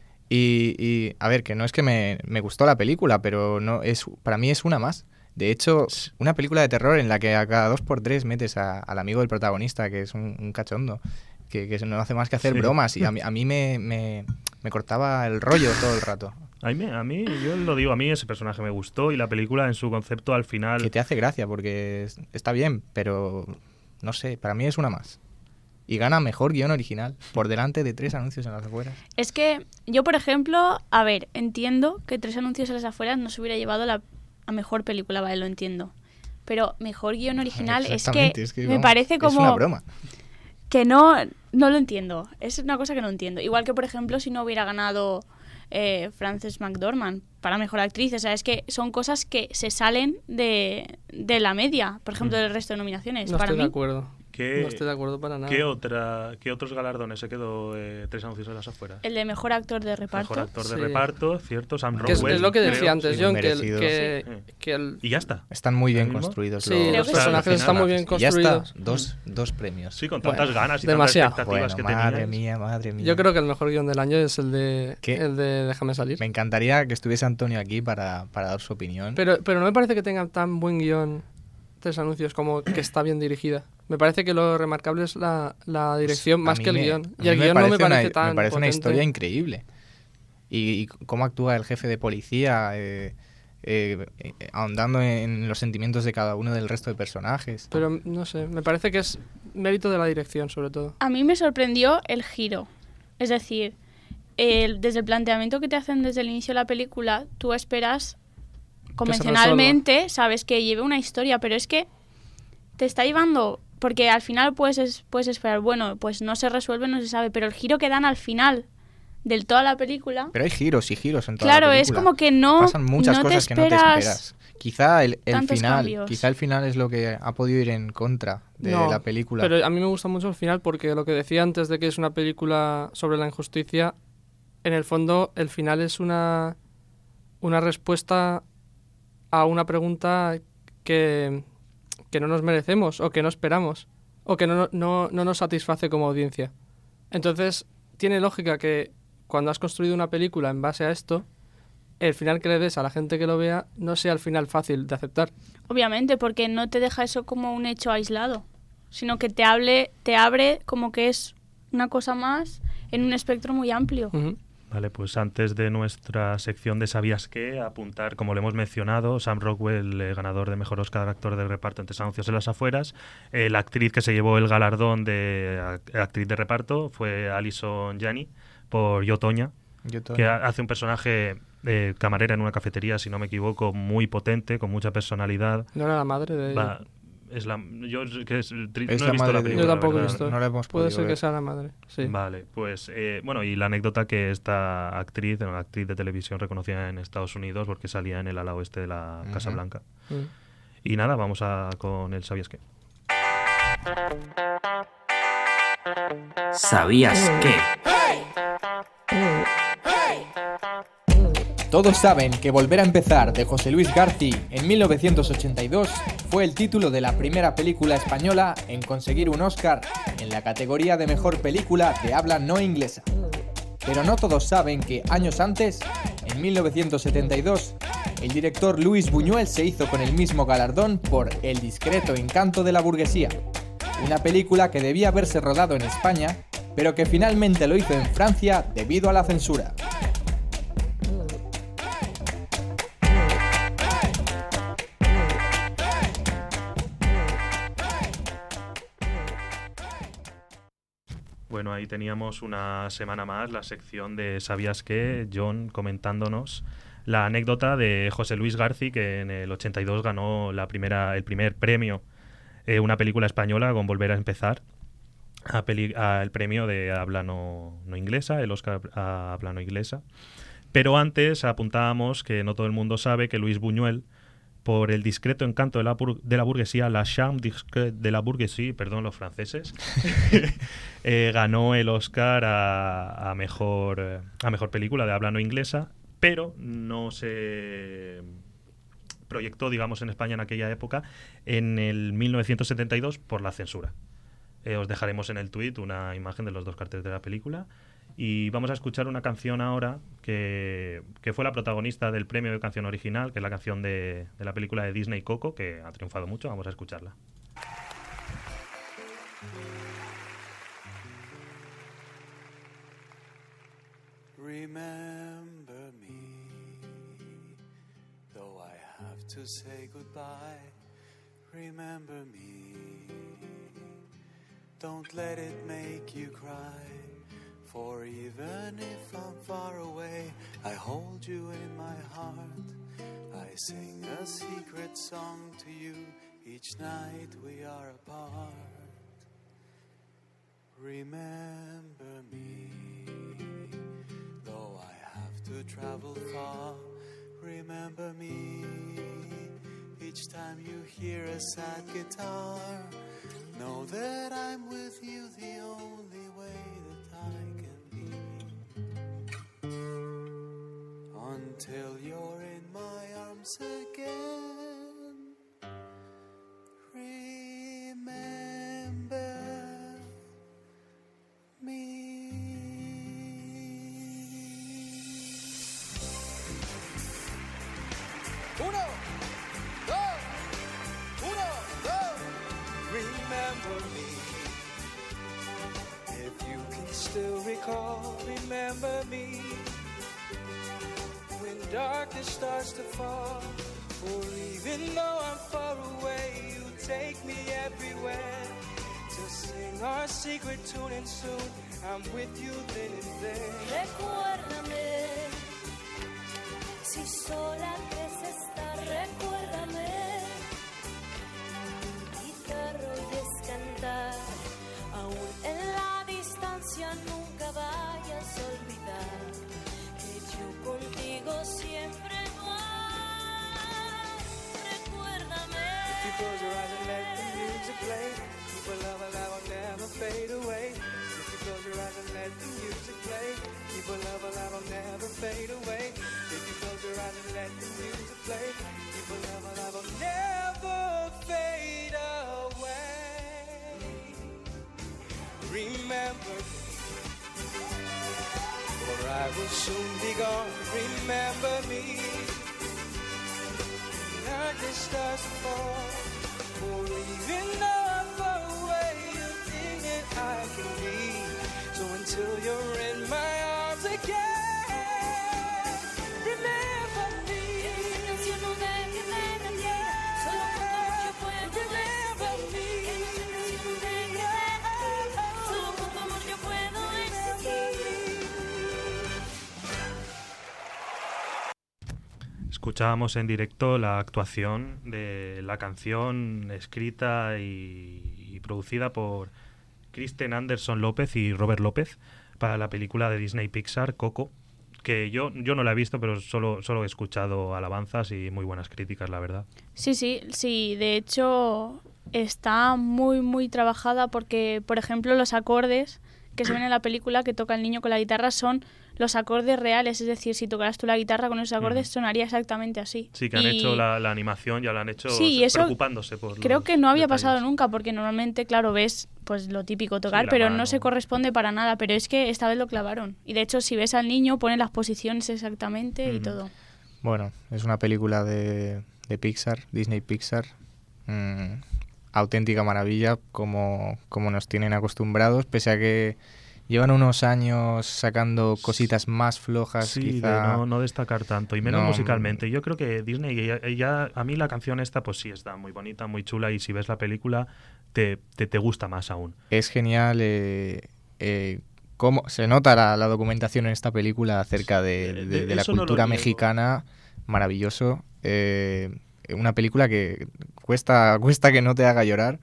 y a ver, que no es que me gustó la película, pero no es para mí es una más. De hecho, una película de terror en la que a cada 2x3 metes al amigo del protagonista, que es un cachondo, que no hace más que hacer Sí. bromas, y a mí me cortaba el rollo todo el rato. A mí, yo lo digo, a mí ese personaje me gustó y la película en su concepto al final... Que te hace gracia, porque está bien, pero no sé, para mí es una más. Y gana mejor guión original, por delante de Tres Anuncios en las afueras. Es que yo, por ejemplo, a ver, entiendo que Tres Anuncios a las afueras nos hubiera llevado a mejor película, vale, lo entiendo. Pero mejor guión original es que, Exactamente, me vamos, parece como... Es una broma. Que no lo entiendo. Es una cosa que no entiendo. Igual que, por ejemplo, si no hubiera ganado Frances McDormand para mejor actriz. O sea, es que son cosas que se salen de la media, por ejemplo, del resto de nominaciones. No para estoy mí. de acuerdo. ¿Qué, No estoy de acuerdo para nada. ¿Qué otros galardones se quedó Tres Anuncios en las afueras? El de mejor actor de reparto. Mejor actor de Sí. reparto, cierto, Sam Que es Rockwell. lo que decía creo, antes, sí. John, merecido. que el, Y ya está. Están muy bien ¿Lo mismo? construidos Sí, los, Creo los que personajes sí. están muy bien Y ya está, construidos. dos premios. Sí, con Bueno, tantas ganas y demasiado. tantas Bueno, expectativas que madre teníais. mía, madre mía. Yo creo que el mejor guión del año es el de ¿Qué? Déjame salir. Me encantaría que estuviese Antonio aquí para dar su opinión. Pero no me parece que tenga tan buen guión Tres Anuncios como que está bien dirigida. Me parece que lo remarcable es la dirección A más mí que el me- guión. a Y el mí guión no me parece una, tan me parece una potente. historia increíble. Y cómo actúa el jefe de policía, ahondando en los sentimientos de cada uno del resto de personajes. Pero no sé, me parece que es mérito de la dirección sobre todo. A mí me sorprendió el giro. Es decir, desde el planteamiento que te hacen desde el inicio de la película, tú esperas convencionalmente, sabes que lleve una historia, pero es que te está llevando, porque al final puedes esperar, bueno, pues no se resuelve, no se sabe, pero el giro que dan al final de toda la película, Pero hay giros y giros en toda claro, la película. es como que no, Pasan muchas no te cosas que no te esperas esperas. Quizá el tantos final, cambios. quizá el final es lo que ha podido ir en contra de No, la película. Pero a mí me gusta mucho el final porque lo que decía antes de que es una película sobre la injusticia, en el fondo el final es una una respuesta a una pregunta que no nos merecemos o que no esperamos o que no nos satisface como audiencia. Entonces, tiene lógica que cuando has construido una película en base a esto, el final que le des a la gente que lo vea no sea el final fácil de aceptar. Obviamente, porque no te deja eso como un hecho aislado, sino que te abre como que es una cosa más en un espectro muy amplio. Uh-huh. Vale, pues antes de nuestra sección de ¿Sabías qué? Apuntar, como lo hemos mencionado, Sam Rockwell, ganador de Mejor Oscar Actor de Reparto entre Anuncios en las Afueras. La actriz que se llevó el galardón de actriz de reparto fue Alison Janney por Yo, Tonya, que hace un personaje de camarera en una cafetería, si no me equivoco, muy potente, con mucha personalidad. ¿No era la madre de ella? Es la, yo que es, no he Es visto la la madre película. Yo tampoco he ¿verdad? visto. No la hemos Puede podido ser ver. que sea la madre, sí. Vale, pues bueno, y la anécdota que esta actriz, una actriz de televisión reconocida en Estados Unidos porque salía en el ala oeste de la Casa Blanca. Y nada, vamos con el ¿Sabías qué? ¿Sabías qué? Todos saben que Volver a empezar, de José Luis García, en 1982, fue el título de la primera película española en conseguir un Oscar en la categoría de Mejor Película de Habla No Inglesa. Pero no todos saben que años antes, en 1972, el director Luis Buñuel se hizo con el mismo galardón por El discreto encanto de la burguesía, una película que debía haberse rodado en España, pero que finalmente lo hizo en Francia debido a la censura. Bueno, ahí teníamos una semana más la sección de ¿Sabías qué? John comentándonos la anécdota de José Luis García, que en el 82 ganó el primer premio, una película española con Volver a empezar, el premio de habla no inglesa, el Oscar a habla no inglesa. Pero antes apuntábamos que no todo el mundo sabe que Luis Buñuel, por El discreto encanto de la burguesía, la charme discrète de la bourgeoisie, perdón los franceses, ganó el Oscar a mejor película de habla no inglesa, pero no se proyectó, digamos, en España en aquella época, en el 1972 por la censura. Os dejaremos en el tweet una imagen de los dos carteles de la película. Y vamos a escuchar una canción ahora que fue la protagonista del premio de canción original, que es la canción de la película de Disney Coco, que ha triunfado mucho. Vamos a escucharla. Remember me, though I have to say goodbye. Remember me, don't let it make you cry. For even if I'm far away, I hold you in my heart. I sing a secret song to you each night we are apart. Remember me, though I have to travel far. Remember me, each time you hear a sad guitar. Know that I'm with you the only way that I can be, until you're in my arms again. Remember me. Uno, dos. Remember me. If you can still recall, remember me. When darkness starts to fall, for even though I'm far away, you take me everywhere to sing our secret tune, and soon I'm with you then and there. Recuérdame, si sola crees estar, recuérdame. Guitarra oyes cantar, aún en la distancia nunca vayas a olvidar que yo contigo siempre voy. Recuérdame. If you close your eyes and let the music play, keep a love alive, will never fade away. If you close your eyes and let the music play, keep a love alive, will never fade away. If you close your eyes and let flame. Keep a love that will never fade away. Remember me, for I will soon be gone. Remember me, like the stars fall, for even up the way you think that I can be. So until you're in my arms again, remember me. Esta canción no debe de mentir, solo con tu amor yo puedo Remember me. Esta canción no debe de mentir, solo con tu amor yo puedo existir. Escuchábamos en directo la actuación de la canción escrita y producida por Kristen Anderson López y Robert López para la película de Disney Pixar Coco, que yo no la he visto, pero solo he escuchado alabanzas y muy buenas críticas, la verdad. Sí, de hecho está muy, muy trabajada porque, por ejemplo, los acordes que se ven en la película que toca el niño con la guitarra son los acordes reales, es decir, si tocaras tú la guitarra con esos acordes sonaría exactamente así. Sí, que han hecho la animación, ya la han hecho Sí, eso preocupándose por creo los que no había detalles. pasado nunca, porque normalmente, claro, ves pues lo típico tocar, la pero mano. no se corresponde para nada, pero es que esta vez lo clavaron. Y de hecho, si ves al niño, pone las posiciones exactamente y todo. Bueno, es una película de Pixar, Disney Pixar. Auténtica maravilla, como nos tienen acostumbrados, pese a que llevan unos años sacando cositas más flojas, Sí, quizá. de no destacar tanto, y menos No. musicalmente. Yo creo que Disney, ya a mí la canción esta, pues sí, está muy bonita, muy chula, y si ves la película, te gusta más aún. Es genial cómo se nota la documentación en esta película acerca de la eso no lo cultura niego. mexicana, maravilloso. Una película que cuesta que no te haga llorar.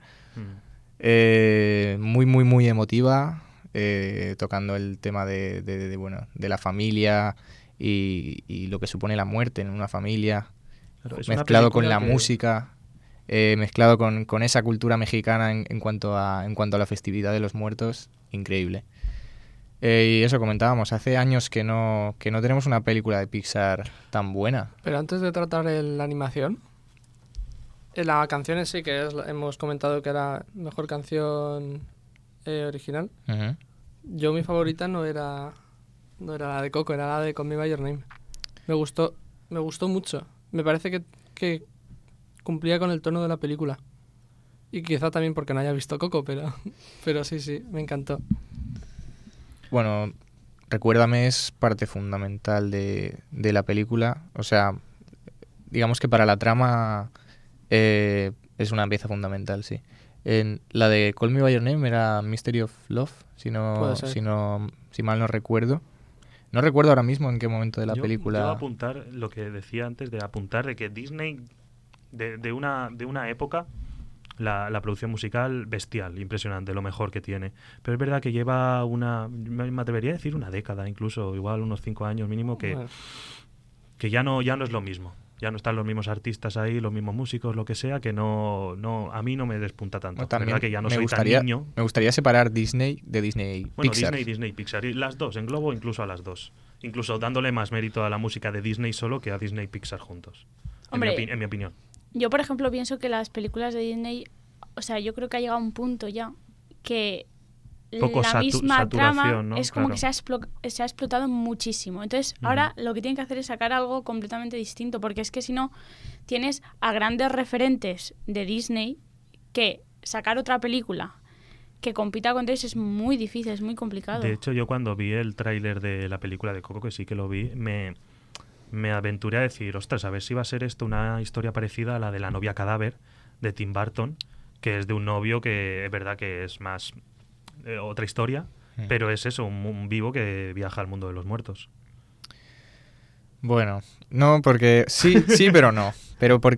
Muy, muy, muy emotiva, tocando el tema de la familia y lo que supone la muerte en una familia, Claro, es una mezclado con película la que- música, mezclado con esa cultura mexicana en cuanto a la festividad de los muertos, increíble. Y eso comentábamos, hace años que no tenemos una película de Pixar tan buena. Pero antes de tratar la animación, la canción en sí, que hemos comentado que era mejor canción original, Ujú. yo mi favorita no era la de Coco, era la de Call Me By Your Name. Me gustó mucho. Me parece que cumplía con el tono de la película. Y quizá también porque no haya visto Coco, pero sí, me encantó. Bueno, Recuérdame es parte fundamental de la película. O sea, digamos que para la trama es una pieza fundamental, sí. En la de Call Me By Your Name era Mystery of Love, si mal no recuerdo. No recuerdo ahora mismo en qué momento de la película. Yo apuntar lo que decía antes, de apuntar de que Disney, de una época, la producción musical bestial, impresionante, lo mejor que tiene. Pero es verdad que lleva me atrevería a decir una década, incluso, igual unos 5 años mínimo, Bueno. que ya no es lo mismo. Ya no están los mismos artistas ahí, los mismos músicos, lo que sea, que a mí no me despunta tanto. Bueno, Es también verdad que ya no me soy gustaría, tan niño. Me gustaría separar Disney de Disney Bueno, Pixar. Disney, Pixar, y las dos, englobo incluso a las dos. Incluso dándole más mérito a la música de Disney solo que a Disney Pixar juntos. Hombre, en mi opinión. Yo, por ejemplo, pienso que las películas de Disney, o sea, yo creo que ha llegado a un punto ya que Poco la misma trama saturación, ¿no? es como Claro. que se ha explotado muchísimo. Entonces, ahora lo que tienen que hacer es sacar algo completamente distinto, porque es que si no, tienes a grandes referentes de Disney que sacar otra película que compita con ellos es muy difícil, es muy complicado. De hecho, yo cuando vi el tráiler de la película de Coco, que sí que lo vi, me aventuré a decir, ostras, a ver si va a ser esto una historia parecida a la de La novia cadáver de Tim Burton, que es de un novio que es verdad que es más otra historia, pero es eso, un vivo que viaja al mundo de los muertos. Bueno, no, porque sí, pero no. Pero por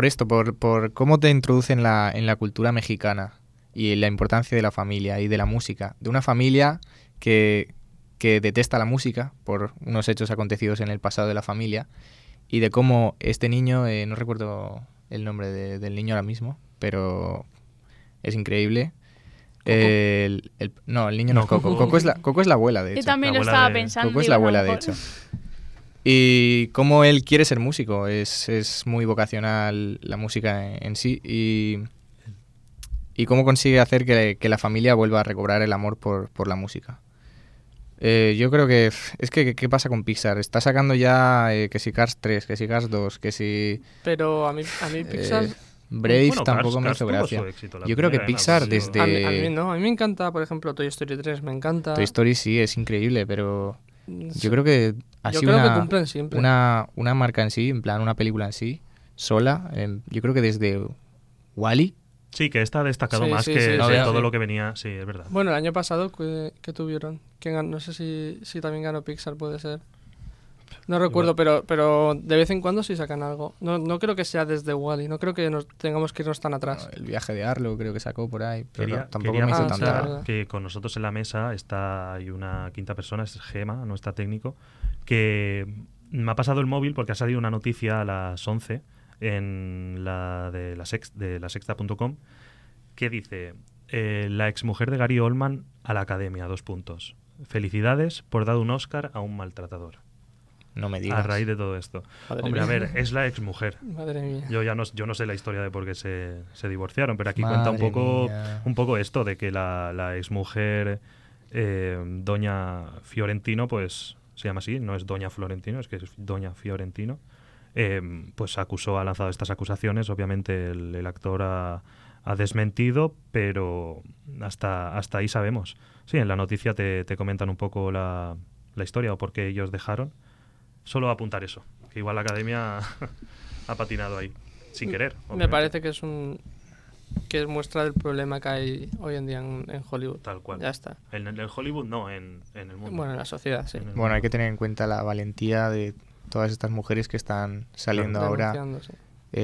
cómo te introducen en la cultura mexicana y la importancia de la familia y de la música. De una familia que detesta la música por unos hechos acontecidos en el pasado de la familia, y de cómo este niño, no recuerdo el nombre del niño ahora mismo, pero es increíble. El niño no es Coco. Coco es la abuela, de hecho. Yo también la lo abuela estaba de- pensando. Coco es digo, la a lo abuela, de mejor- hecho. Y cómo él quiere ser músico, es muy vocacional la música en sí y cómo consigue hacer que la familia vuelva a recobrar el amor por la música. Yo creo que es que ¿qué pasa con Pixar? Está sacando ya que si Cars 3, que si Cars 2, que si Pero a mí Pixar... Brave Bueno, tampoco me Cars hizo tuvo gracia. su éxito, la Yo creo que primera, Pixar además, desde... A mí no, a mí me encanta, por ejemplo, Toy Story 3, me encanta. Toy Story sí, es increíble, pero yo creo que ha Yo sido creo que una, cumplen siempre. una marca en sí, en plan una película en sí, sola. Yo creo que desde Wall-E, Sí, que esta ha destacado Sí, más sí, que sí, de sí, todo sí. lo que venía. Sí, es verdad. Bueno, el año pasado, ¿qué tuvieron? ¿Quién ganó? No sé si también ganó Pixar, puede ser. No recuerdo, pero de vez en cuando sí sacan algo. No creo que sea desde Wall-E, no creo que tengamos que irnos tan atrás. el viaje de Arlo creo que sacó por ahí, pero tampoco quería me hizo apuntar tanta... verdad. que con nosotros en la mesa hay una quinta persona, es Gema, no está técnico, que me ha pasado el móvil porque ha salido una noticia a las 11 en la de la sexta.com que dice la exmujer de Gary Oldman a la academia, 2 puntos. Felicidades por dar un Oscar a un maltratador. No me digas. A raíz de todo esto. Madre Hombre, mía. a ver, es la exmujer. Madre mía. Yo no sé la historia de por qué se divorciaron, pero aquí Madre cuenta mía. un poco esto de que la exmujer doña Fiorentino, pues se llama así, no es doña Florentino, es que es doña Fiorentino, pues ha lanzado estas acusaciones. Obviamente el actor ha desmentido, pero hasta ahí sabemos. Sí, en la noticia te comentan un poco la historia o por qué ellos dejaron. Solo apuntar eso, que igual la academia ha patinado ahí, sin querer. Me obviamente. parece que que es muestra del problema que hay hoy en día en Hollywood. Tal cual. Ya está. En el Hollywood no, en el mundo. Bueno, en la sociedad, sí. En el Bueno, hay mundo. que tener en cuenta la valentía de todas estas mujeres que están saliendo ahora, Denunciando, sí.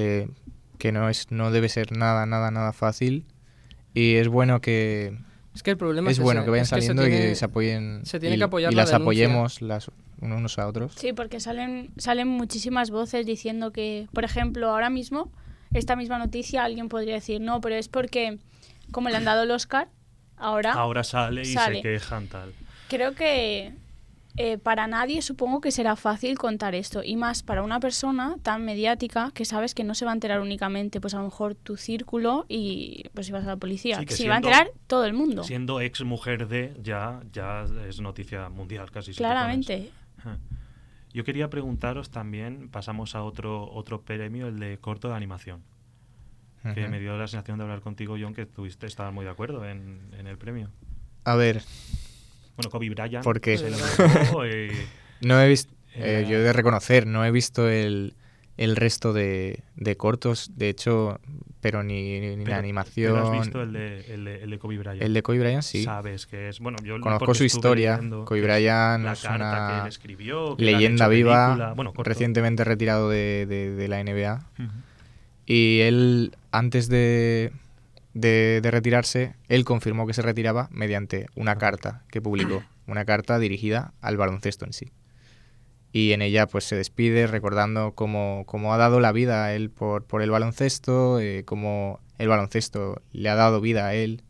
que no debe ser nada fácil, y es bueno que Es que el problema es es bueno ese, que vayan es que saliendo y que se apoyen se tiene y, que apoyar y la las denuncia. apoyemos unos a otros. Sí, porque salen muchísimas voces diciendo que, por ejemplo, ahora mismo, esta misma noticia, alguien podría decir, no, pero es porque, como le han dado el Oscar, Ahora sale y sale. se quejan tal. Creo que para nadie supongo que será fácil contar esto, y más para una persona tan mediática que sabes que no se va a enterar únicamente, pues a lo mejor tu círculo y pues si vas a la policía, Sí, que se va a siendo- enterar todo el mundo. Siendo ex mujer de, ya es noticia mundial casi. si te Claramente. pones. Ajá. Yo quería preguntaros también, pasamos a otro premio, el de corto de animación. Que Ujú. me dio la sensación de hablar contigo, John, que estabas muy de acuerdo en el premio. A ver, Bueno, Kobe Bryant. ¿Por qué? se lo llevó, no he visto, Era- yo he de reconocer, no he visto el resto de cortos, de hecho, pero ni pero- la animación. pero has visto el de Kobe Bryant. El de Kobe Bryant, sí. Sabes que es. Bueno, yo Conozco porque su estuve historia. leyendo Kobe que Bryant la es carta que él una escribió, que le han leyenda hecho viva, película. Bueno, corto. recientemente retirado de la NBA. Ujú. Y él, antes de retirarse, él confirmó que se retiraba mediante una carta que publicó, una carta dirigida al baloncesto en sí. Y en ella pues se despide recordando cómo ha dado la vida a él por el baloncesto, cómo el baloncesto le ha dado vida a él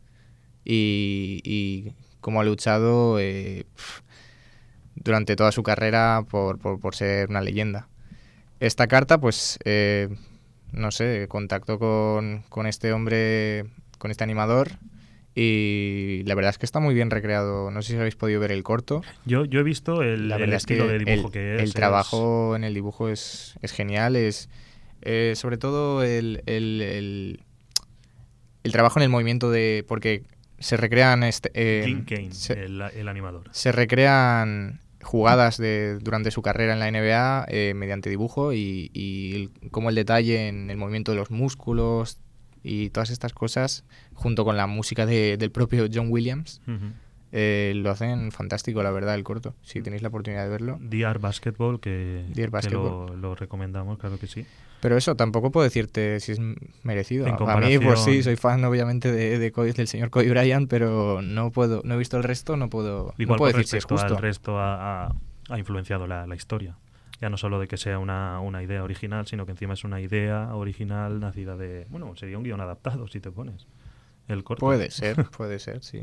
y cómo ha luchado durante toda su carrera por ser una leyenda. Esta carta pues no sé, contactó con este hombre, con este animador, y la verdad es que está muy bien recreado. No sé si habéis podido ver el corto. Yo he visto el La verdad es estilo que de dibujo que es. el trabajo en el dibujo es genial. Es sobre todo el trabajo en el movimiento porque se recrean Tim Kaine, se- el animador. se recrean jugadas durante su carrera en la NBA mediante dibujo y como el detalle en el movimiento de los músculos y todas estas cosas, junto con la música del propio John Williams, Ujú. lo hacen fantástico, la verdad, el corto. Si tenéis la oportunidad de verlo. DR Basketball, que Basketball. lo recomendamos, claro que sí. Pero eso, tampoco puedo decirte si es merecido. En A mí, pues comparación- sí, soy fan obviamente del señor Kobe Bryant, pero no he visto el resto, no puedo Igual decir con si es respecto justo. al resto ha influenciado la historia. Ya no solo de que sea una idea original, sino que encima es una idea original nacida de... Bueno, sería un guión adaptado, si te pones el corto. Puede ser, sí.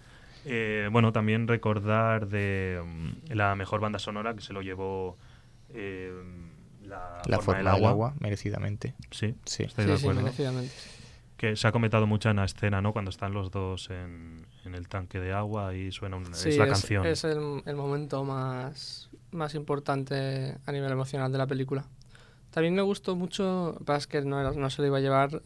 Bueno, también recordar de la mejor banda sonora, que se lo llevó La forma del agua, merecidamente. Sí, Sí. estoy de Sí, acuerdo. merecidamente. Que se ha comentado mucho en la escena, ¿no? Cuando están los dos en el tanque de agua y suena Sí, es la canción. es el momento más importante a nivel emocional de la película. También me gustó mucho, lo que pasa es que no se lo iba a llevar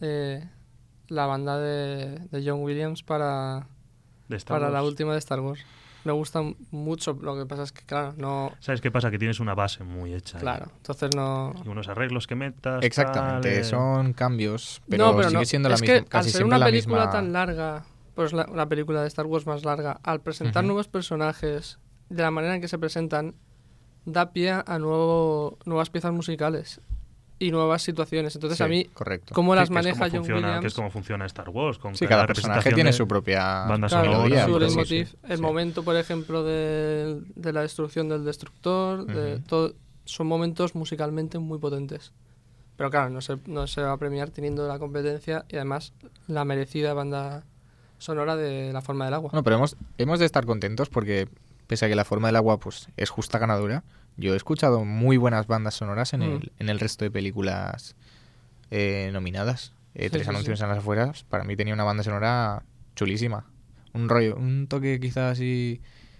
la banda de John Williams para De Star la Wars. última de Star Wars. Me gusta mucho, lo que pasa es que, claro, no... ¿Sabes qué pasa? Que tienes una base muy hecha. ahí. Claro, entonces no... Y unos arreglos que metas. Exactamente, tal, son cambios, pero sigue siendo la es misma, que al casi ser siempre una la película misma. tan larga, pues la película de Star Wars más larga, al presentar Ujú. nuevos personajes, de la manera en que se presentan, da pie a nuevas piezas musicales y nuevas situaciones. Entonces Sí, a mí, correcto. cómo las que es maneja como John funciona, que es Williams... como funciona Star Wars. Con Sí, cada personaje representación tiene de su propia banda Claro, sonora. melodía, su y todo. leitmotiv, sí, el sí. momento, por ejemplo, de la destrucción del destructor, de Ujú. todo, son momentos musicalmente muy potentes. Pero claro, no se va a premiar teniendo la competencia y además la merecida banda sonora de La forma del agua. Bueno, pero hemos de estar contentos porque, pese a que La forma del agua pues es justa ganadora, yo he escuchado muy buenas bandas sonoras en el resto de películas nominadas. Sí, Tres sí, anuncios sí. en las afueras, para mí tenía una banda sonora chulísima. Un rollo, un toque quizás así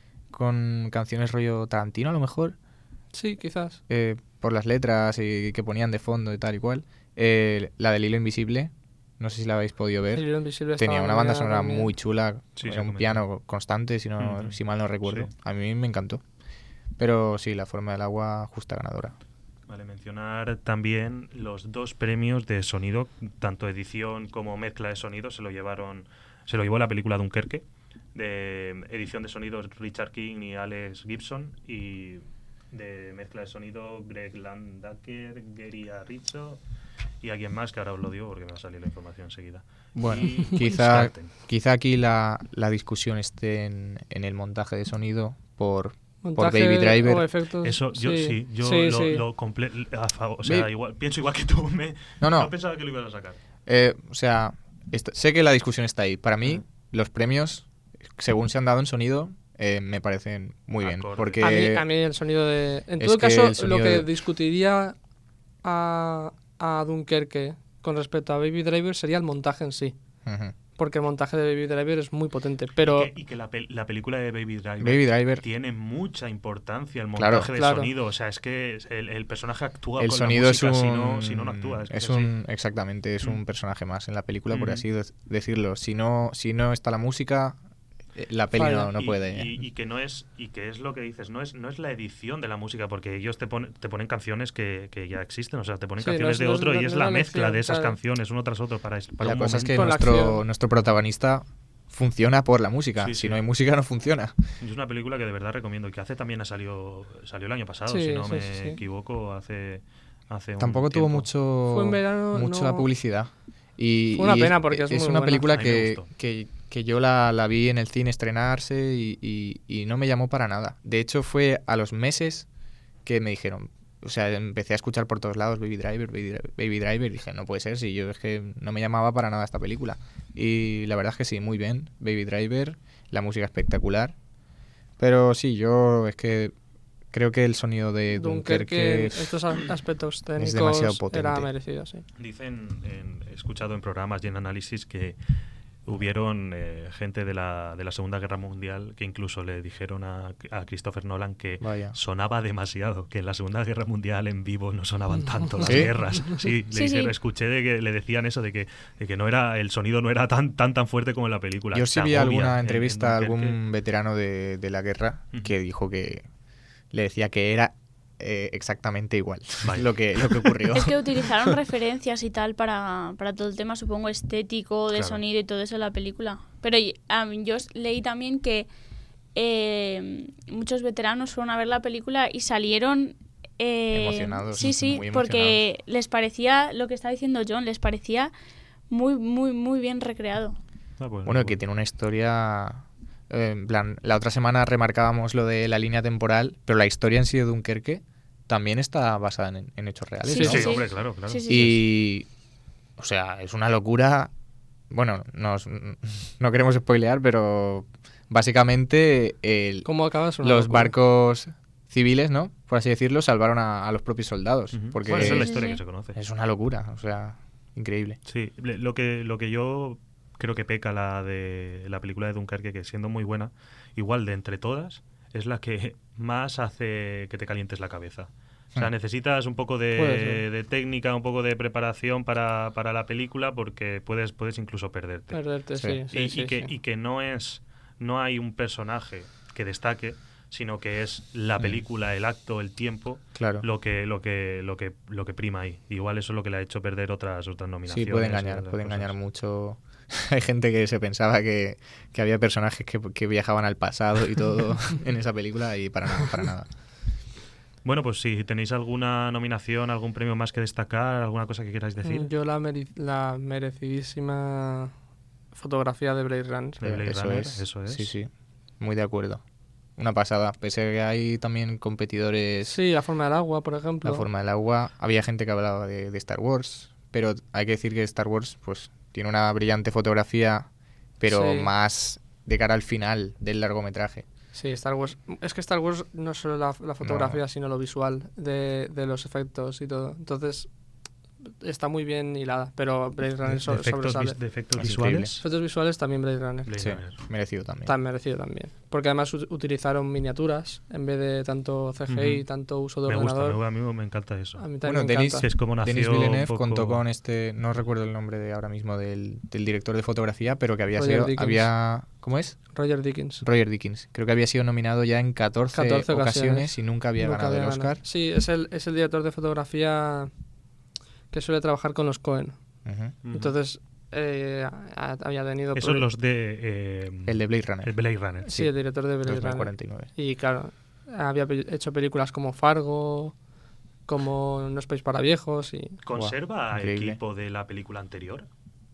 con canciones rollo Tarantino a lo mejor, Sí, quizás. por las letras y que ponían de fondo y tal y cual. La del Hilo Invisible, no sé si la habéis podido ver. El hilo invisible Tenía estaba una banda nominada sonora también. muy chula, Sí, era se ha un comentado. piano constante, Ujú. si mal no recuerdo. Sí. A mí me encantó. Pero sí, La forma del agua, justa ganadora. Vale, mencionar también los 2 premios de sonido, tanto edición como mezcla de sonido, se lo llevó la película Dunkerque, de edición de sonido Richard King y Alex Gibson, y de mezcla de sonido Greg Landaker, Gary Arricho y alguien más que ahora os lo digo porque me va a salir la información enseguida. Bueno, Y quizá Scarten. aquí la discusión esté en el montaje de sonido por Montaje Baby Driver. o efectos. Eso, yo sí, yo sí, lo, sí. lo a favor, o sea, pienso igual que tú, No. no pensaba que lo ibas a sacar. O sea, sé que la discusión está ahí. Para mí, los premios, según se han dado en sonido, me parecen muy bien. Acorde. Porque A mí el sonido de... En es todo que caso, el sonido lo que de- discutiría a Dunkerque con respecto a Baby Driver sería el montaje en sí. Ujú. Porque el montaje de Baby Driver es muy potente. Pero Y que la película de Baby Driver, Baby Driver, tiene mucha importancia el Claro. montaje de Claro. sonido. O sea, es que el personaje actúa el con sonido la es música, un... si no actúa. Es que es es así. exactamente, es un personaje más en la película, por Ujú. así decirlo. Si no está la música, la peli Falla. no puede. Y que es lo que dices, no es la edición de la música, porque ellos te ponen canciones que ya existen, o sea, te ponen Sí, canciones de no es otro y no es es la la mezcla elección, de esas claro. canciones uno tras otro para La un cosa es que Con la acción. nuestro protagonista funciona por la música. Sí, Si sí. no hay música, no funciona. Es una película que de verdad recomiendo y que hace también salió el año pasado, Sí, si no sí, me sí. equivoco, hace un Tampoco tuvo tiempo. Fue en mucho verano, la no- publicidad. Y, Fue una y pena porque es muy una buena. película A mí me gustó. que yo la vi en el cine estrenarse y no me llamó para nada. De hecho, fue a los meses que me dijeron, o sea, empecé a escuchar por todos lados Baby Driver, Baby Driver, y dije, no puede ser, si yo es que no me llamaba para nada esta película. Y la verdad es que sí, muy bien, Baby Driver, la música espectacular. Pero sí, yo es que creo que el sonido de Dunkerque, Dunkerque estos aspectos técnicos demasiado potente. era merecido, sí. Dicen, he escuchado en programas y en análisis que hubieron gente de la Segunda Guerra Mundial que incluso le dijeron a Christopher Nolan que Vaya. sonaba demasiado, que en la Segunda Guerra Mundial en vivo no sonaban tanto las ¿Sí? guerras. Sí, Sí, sí. escuché de que le decían eso, de que no era, el sonido no era tan fuerte como en la película. Yo Se sí vi agobia alguna en entrevista a Dunkerque. algún veterano de la guerra Ujú. que dijo que le decía que era exactamente igual Vaya. lo que ocurrió. Es que utilizaron referencias y tal para todo el tema, supongo, estético, de Claro. sonido y todo eso en la película. Pero yo leí también que muchos veteranos fueron a ver la película y salieron... Emocionados, Sí, sí, muy porque les parecía, lo que está diciendo John, les parecía muy, muy, muy bien recreado. Ah, pues, Bueno, que tiene una historia... en plan, la otra semana remarcábamos lo de la línea temporal, pero la historia en sí de Dunkerque también está basada en hechos reales, Sí, ¿no? sí, sí. hombre, claro, claro. Sí, sí, Y, o sea, es una locura. Bueno, no queremos spoilear, pero básicamente ¿Cómo acabas? los barcos civiles, ¿no? Por así decirlo, salvaron a los propios soldados. Ujú. Porque Bueno, esa es la Sí, historia sí. que se conoce. es una locura, o sea, increíble. Sí, lo que yo creo que peca la de la película de Dunkerque, que siendo muy buena, igual de entre todas, es la que más hace que te calientes la cabeza. O sea, necesitas un poco Puede ser. de técnica, un poco de preparación para la película, porque puedes incluso perderte. Perderte, Sí. sí, y, sí, y que, sí. y que no hay un personaje que destaque, sino que es la película, el acto, el tiempo, Claro. lo que prima ahí. Igual eso es lo que le ha hecho perder otras nominaciones. Sí, puede engañar cosas. mucho. Hay gente que se pensaba que había personajes que viajaban al pasado y todo en esa película y para nada, para nada. Bueno, pues si tenéis alguna nominación, algún premio más que destacar, alguna cosa que queráis decir. Yo la merecidísima fotografía de Blade Runner. De Blade Runner, eso es. Sí, sí, muy de acuerdo. Una pasada, pese a que hay también competidores. Sí, la forma del agua, por ejemplo. La forma del agua. Había gente que hablaba de Star Wars, pero hay que decir que Star Wars pues tiene una brillante fotografía, pero Sí. más de cara al final del largometraje. Sí, Star Wars. Es que Star Wars no es solo la fotografía, No. sino lo visual de los efectos y todo. Entonces, está muy bien hilada, pero Blade Runner sobresale. de efectos Es visuales. Efectos visuales también Blade Runner. Blade Sí, Runner. merecido también. Tan merecido también. Porque además utilizaron miniaturas en vez de tanto CGI, Ujú. tanto uso de Me gusta, ordenador. a mí me encanta eso. A mí Bueno, también me Denis- encanta. Que es como nació Denis un Villeneuve poco- contó con no recuerdo el nombre de ahora mismo del director de fotografía, pero que Roger Dickens. ¿cómo es? Roger Dickens. Roger Dickens. Creo que había sido nominado ya en 14 ocasiones y nunca había Nunca ganado había el ganado. Oscar. Sí, es el director de fotografía que suele trabajar con los Coen. Ujú. Ujú. Entonces, había tenido... Esos los de... El de Blade Runner. el Blade Runner. Sí, el director de Blade Runner. 2049. Y claro, había hecho películas como Fargo, como No Space para Viejos y... ¿Conserva Buah, increíble. equipo de la película anterior?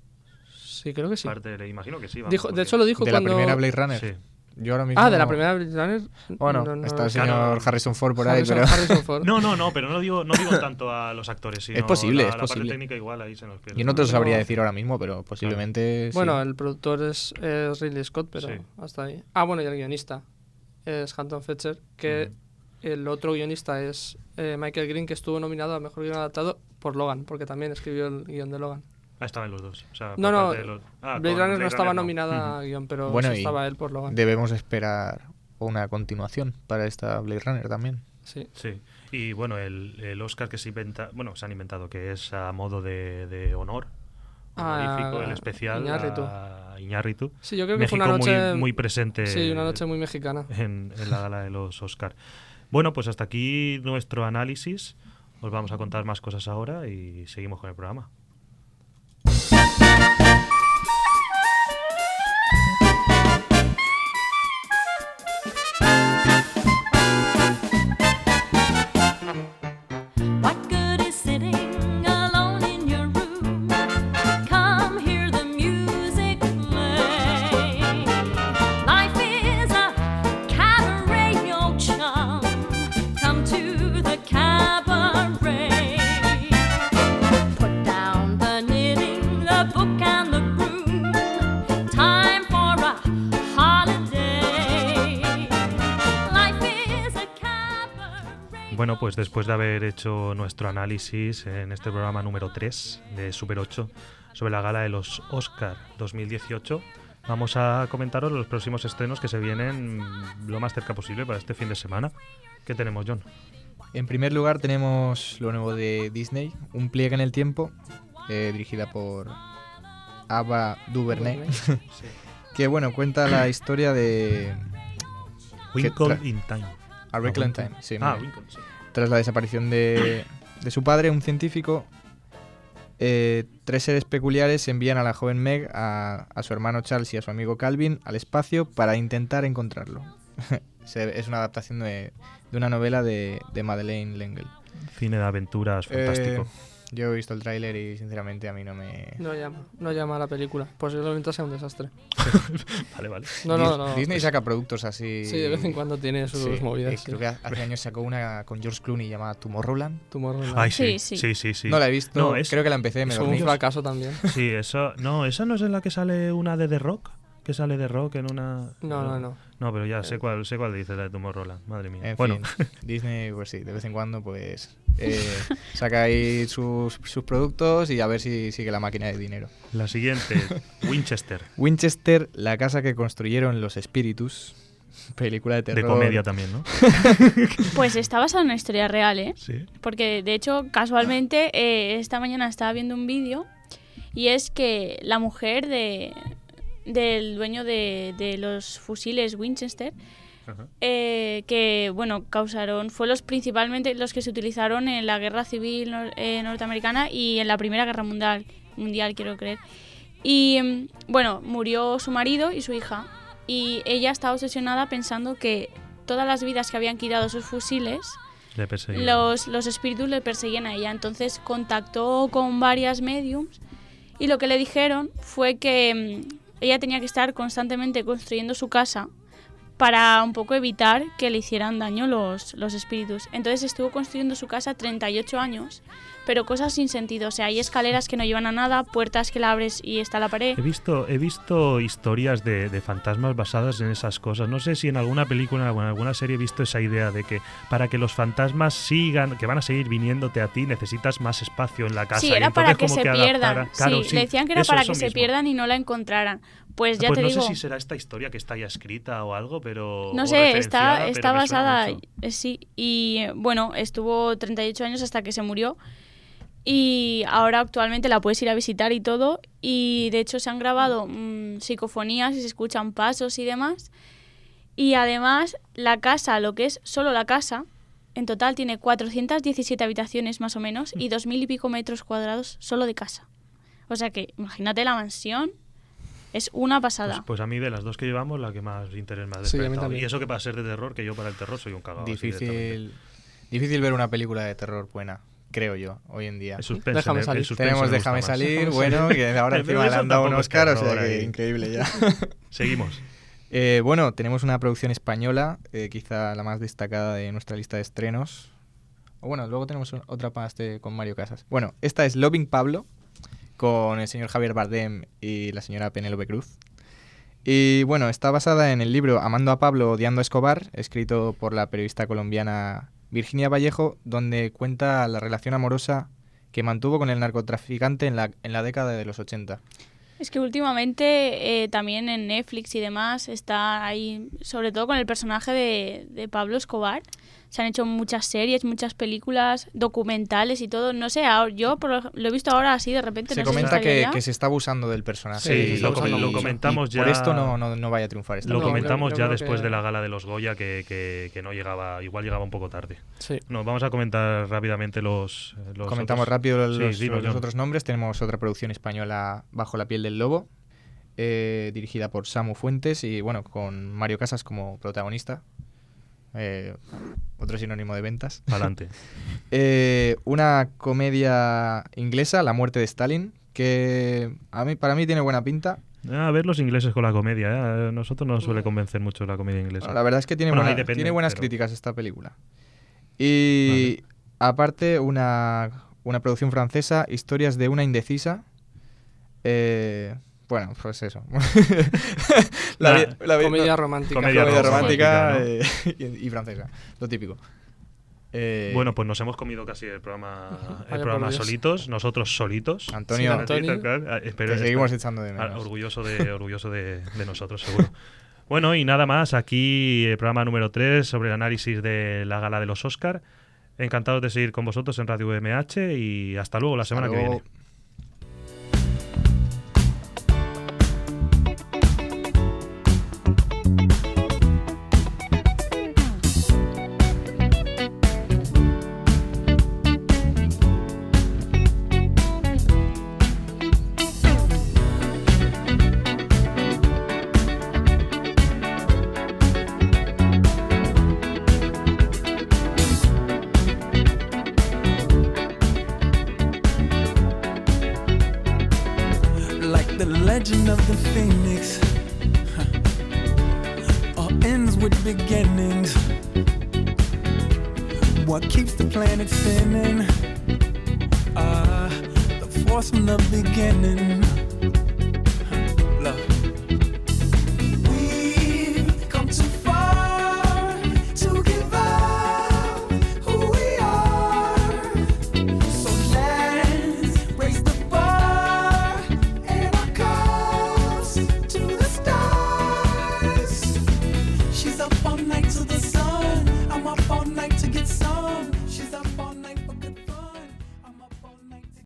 Sí, creo que sí. Imagino que sí. vamos, Dijo, porque- de hecho, lo dijo De cuando... la primera Blade Runner. Sí. Yo ahora mismo Ah, de la primera Blade Runner. Bueno, No, no, está el no. señor Claro. Harrison Ford por ahí, pero... Harrison Ford. No, pero no digo tanto a los actores, sino posible, la es parte posible. técnica igual ahí se nos pierde. Yo no te lo No. sabría decir ahora mismo, pero posiblemente Bueno, sí. el productor es Ridley Scott, pero Sí. hasta ahí. Ah, bueno, y el guionista es Hampton Fletcher, que el otro guionista es Michael Green, que estuvo nominado a Mejor Guion Adaptado por Logan, porque también escribió el guión de Logan. Ah, estaban los dos. O sea, No, por no, parte de los- Blade con Runner no estaba Runner no. nominada Ujú. a guión, pero Bueno, sí y estaba él por Logan. Debemos esperar una continuación para esta Blade Runner también. Sí. Sí, y bueno, el Oscar que se han inventado, que es a modo de honor, honorífico, el especial Iñárritu. a Iñárritu. Sí, yo creo que México fue una noche muy presente Sí, una noche muy mexicana. en la gala de los Oscar. Bueno, pues hasta aquí nuestro análisis. Os vamos a contar más cosas ahora y seguimos con el programa. What good is sitting alone in your room? Come hear the music play. Life is a cabaret, old chum. Come to the cabaret. Put down the knitting, the book and the broom. Time for a holiday. Life is a cabaret. Bueno, pues después de haber hecho nuestro análisis en este programa número 3 de Super 8 sobre la gala de los Oscar 2018, vamos a comentaros los próximos estrenos que se vienen lo más cerca posible para este fin de semana. ¿Qué tenemos, John? En primer lugar tenemos lo nuevo de Disney, Un pliegue en el tiempo, dirigida por Ava DuVernay, que bueno, cuenta la historia de Winkle tra- in Time. A Wrinkle in Time, sí, Ah, muy bien. Winkle, sí. Tras la desaparición de su padre, un científico, tres seres peculiares envían a la joven Meg, a su hermano Charles y a su amigo Calvin al espacio para intentar encontrarlo. Es una adaptación de una novela de Madeleine L'Engle. Cine de aventuras fantástico. Yo he visto el tráiler y sinceramente a mí no me... No llama a la película. Posiblemente sea un desastre. Vale. No. Disney saca productos así... Sí, de vez en cuando tiene sus Sí, movidas. sí. creo que hace años sacó una con George Clooney llamada Tomorrowland. Tomorrowland. Ay, Sí, sí. sí. No la he visto, No, creo que la empecé, me Es dormí. un fracaso también. Sí, eso. No, esa no es en la que sale una de The Rock. Que sale The Rock en una. No. No, pero ya sé cuál dices, la de Tomorrowland. Madre mía. En Bueno, fin, Disney, pues sí, de vez en cuando, pues saca ahí sus productos y a ver si sigue la máquina de dinero. la siguiente, Winchester. Winchester, la casa que construyeron los espíritus, película de terror. De comedia también, ¿no? Pues está basada en una historia real, ¿eh? Sí. Porque, de hecho, casualmente, esta mañana estaba viendo un vídeo y es que la mujer del dueño de los fusiles Winchester, Ajá. que, bueno, principalmente los que se utilizaron en la Guerra Civil norteamericana y en la Primera Guerra Mundial, quiero creer. Y, bueno, murió su marido y su hija. Y ella estaba obsesionada pensando que todas las vidas que habían quitado esos fusiles, Le perseguía. los espíritus le perseguían a ella. Entonces contactó con varias mediums y lo que le dijeron fue que ella tenía que estar constantemente construyendo su casa para un poco evitar que le hicieran daño los espíritus. Entonces estuvo construyendo su casa 38 años, pero cosas sin sentido. O sea, hay escaleras que no llevan a nada, puertas que la abres y está la pared. He visto historias de fantasmas basadas en esas cosas. No sé si en alguna película o en alguna serie he visto esa idea de que para que los fantasmas sigan, que van a seguir viniéndote a ti, necesitas más espacio en la casa. Sí, Y era para entonces que como se pierdan. adaptara- Claro, Sí, le decían que era eso para que se mismo. pierdan y no la encontraran. Pues ya Pues te no digo... sé si será esta historia que está ya escrita o algo, pero... No o sé, referenciada, está pero me suena basada, mucho. sí, y bueno, estuvo 38 años hasta que se murió y ahora actualmente la puedes ir a visitar y todo y de hecho se han grabado psicofonías y se escuchan pasos y demás y además la casa, lo que es solo la casa, en total tiene 417 habitaciones más o menos y 2000 y pico metros cuadrados solo de casa. O sea que imagínate la mansión. Es una pasada. Pues a mí de las dos que llevamos, la que más interés me ha Sí, a mí despertado. también. Y eso que para ser de terror, que yo para el terror soy un cagado. así directamente. Difícil ver una película de terror buena, creo yo, hoy en día. El suspense, Déjame el salir. suspense Tenemos me Déjame gusta más. salir, bueno, que ahora Pero encima le eso han dado un tampoco es Oscar, o sea terror que ahí. increíble ya. Seguimos. Bueno, tenemos una producción española, quizá la más destacada de nuestra lista de estrenos. O bueno, luego tenemos otra más con Mario Casas. Bueno, esta es Loving Pablo, con el señor Javier Bardem y la señora Penélope Cruz. Y bueno, está basada en el libro Amando a Pablo, odiando a Escobar, escrito por la periodista colombiana Virginia Vallejo, donde cuenta la relación amorosa que mantuvo con el narcotraficante en la década de los 80. Es que últimamente también en Netflix y demás está ahí, sobre todo con el personaje de Pablo Escobar. Se han hecho muchas series, muchas películas, documentales y todo. No sé, yo lo he visto ahora así de repente. Se no sé si comenta estaría ya. que se está abusando del personaje. Sí, y lo comentamos ya. Por esto no vaya a triunfar esta Lo No, película. comentamos yo ya creo después que- de la gala de los Goya que no llegaba, igual llegaba un poco tarde. Sí. No, vamos a comentar rápidamente los Comentamos otros. rápido Sí, los dinos, John. otros nombres. Tenemos otra producción española, Bajo la piel del lobo, dirigida por Samu Fuentes y bueno, con Mario Casas como protagonista. Otro sinónimo de ventas. Adelante. Una comedia inglesa, La muerte de Stalin, que para mí tiene buena pinta. A ver los ingleses con la comedia. A nosotros no nos suele convencer mucho la comedia inglesa. Bueno, la verdad es que tiene, Bueno, ahí depende, tiene buenas pero- críticas esta película. Y aparte, una producción francesa, Historias de una indecisa. Bueno, pues eso. Comedia romántica. Comedia Comedia romántica, romántica ¿no? y francesa, lo típico. Bueno, pues nos hemos comido casi el programa Vaya por Dios. solitos, nosotros solitos. Antonio, Sí, Antonio. Pero te seguimos echando de menos. orgulloso de nosotros, seguro. Bueno, y nada más, aquí el programa número 3 sobre el análisis de la gala de los Oscar. Encantados de seguir con vosotros en Radio VMH y hasta luego la semana que viene. Like the legend of the phoenix, all ends with beginnings. What keeps the planet spinning? The force from the beginning. Love.